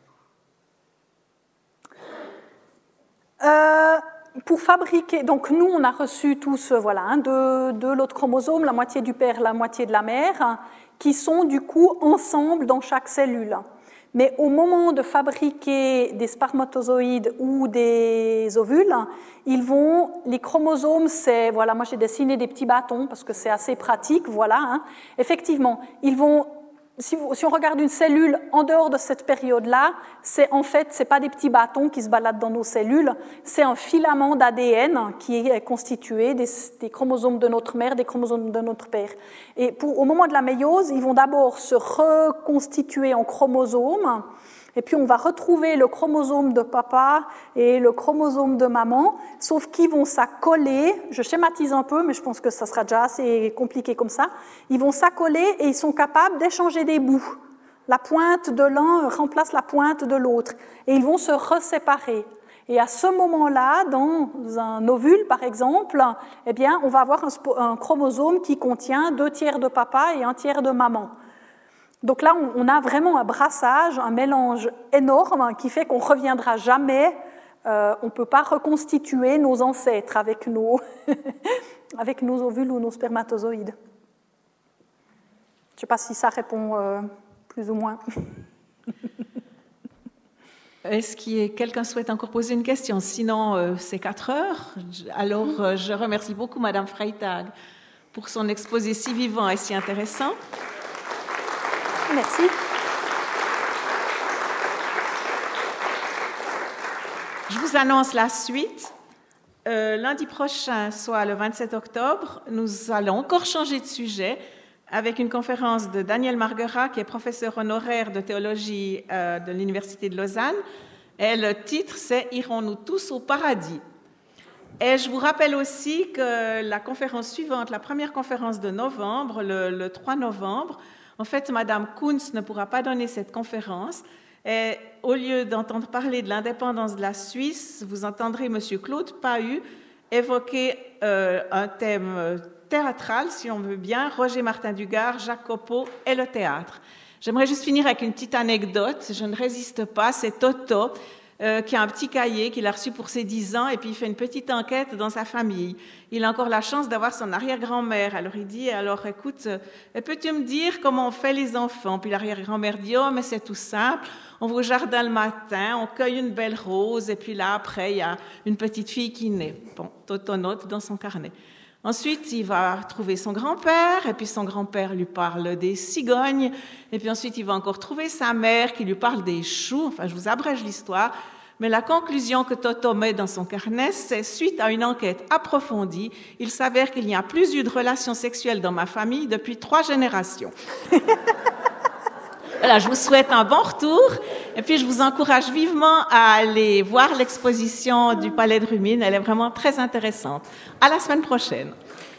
[SPEAKER 8] le brassage?
[SPEAKER 2] Euh, pour fabriquer, donc nous, on a reçu tous, voilà, hein, de, de l'autre chromosome, la moitié du père, la moitié de la mère, hein, qui sont du coup ensemble dans chaque cellule. Mais au moment de fabriquer des spermatozoïdes ou des ovules, ils vont, les chromosomes, c'est, voilà, moi j'ai dessiné des petits bâtons parce que c'est assez pratique, voilà, hein. Effectivement, ils vont, si, vous, si on regarde une cellule en dehors de cette période-là, c'est en fait, c'est pas des petits bâtons qui se baladent dans nos cellules, c'est un filament d'A D N qui est constitué des, des chromosomes de notre mère, des chromosomes de notre père. Et pour, au moment de la méiose, ils vont d'abord se reconstituer en chromosomes, et puis on va retrouver le chromosome de papa et le chromosome de maman, sauf qu'ils vont s'accoler, je schématise un peu, mais je pense que ça sera déjà assez compliqué comme ça, ils vont s'accoler et ils sont capables d'échanger des bouts. La pointe de l'un remplace la pointe de l'autre, et ils vont se reséparer. Et à ce moment-là, dans un ovule, par exemple, eh bien, on va avoir un, un chromosome qui contient deux tiers de papa et un tiers de maman. Donc là, on a vraiment un brassage, un mélange énorme qui fait qu'on ne reviendra jamais, euh, on ne peut pas reconstituer nos ancêtres avec nos, avec nos ovules ou nos spermatozoïdes. Je ne sais pas si ça répond euh, plus ou moins.
[SPEAKER 1] Est-ce que quelqu'un souhaite encore poser une question? Sinon, euh, c'est quatre heures. Alors, euh, je remercie beaucoup Madame Freytag pour son exposé si vivant et si intéressant.
[SPEAKER 2] Merci.
[SPEAKER 1] Je vous annonce la suite. Euh, lundi prochain, soit le vingt-sept octobre, nous allons encore changer de sujet avec une conférence de Daniel Marguerat, qui est professeur honoraire de théologie euh, de l'Université de Lausanne. Et le titre, c'est « Irons-nous tous au paradis ?» Et je vous rappelle aussi que la conférence suivante, la première conférence de novembre, le, le trois novembre, en fait, Madame Kunz ne pourra pas donner cette conférence. Et au lieu d'entendre parler de l'indépendance de la Suisse, vous entendrez Monsieur Claude Pahu évoquer euh, un thème théâtral, si on veut bien, Roger Martin Dugard, Jacques Copeau et le théâtre. J'aimerais juste finir avec une petite anecdote, je ne résiste pas, c'est Toto, euh, qui a un petit cahier qu'il a reçu pour ses dix ans, et puis il fait une petite enquête dans sa famille. Il a encore la chance d'avoir son arrière-grand-mère. Alors il dit, alors écoute, euh, peux-tu me dire comment on fait les enfants? Puis l'arrière-grand-mère dit, oh mais c'est tout simple, on va au jardin le matin, on cueille une belle rose, et puis là après il y a une petite fille qui naît. Bon, Toto note dans son carnet. Ensuite, il va trouver son grand-père, et puis son grand-père lui parle des cigognes, et puis ensuite, il va encore trouver sa mère qui lui parle des choux. Enfin, je vous abrège l'histoire, mais la conclusion que Toto met dans son carnet, c'est suite à une enquête approfondie, il s'avère qu'il n'y a plus eu de relations sexuelles dans ma famille depuis trois générations. Voilà, je vous souhaite un bon retour, et puis je vous encourage vivement à aller voir l'exposition du Palais de Rumine, elle est vraiment très intéressante. À la semaine prochaine.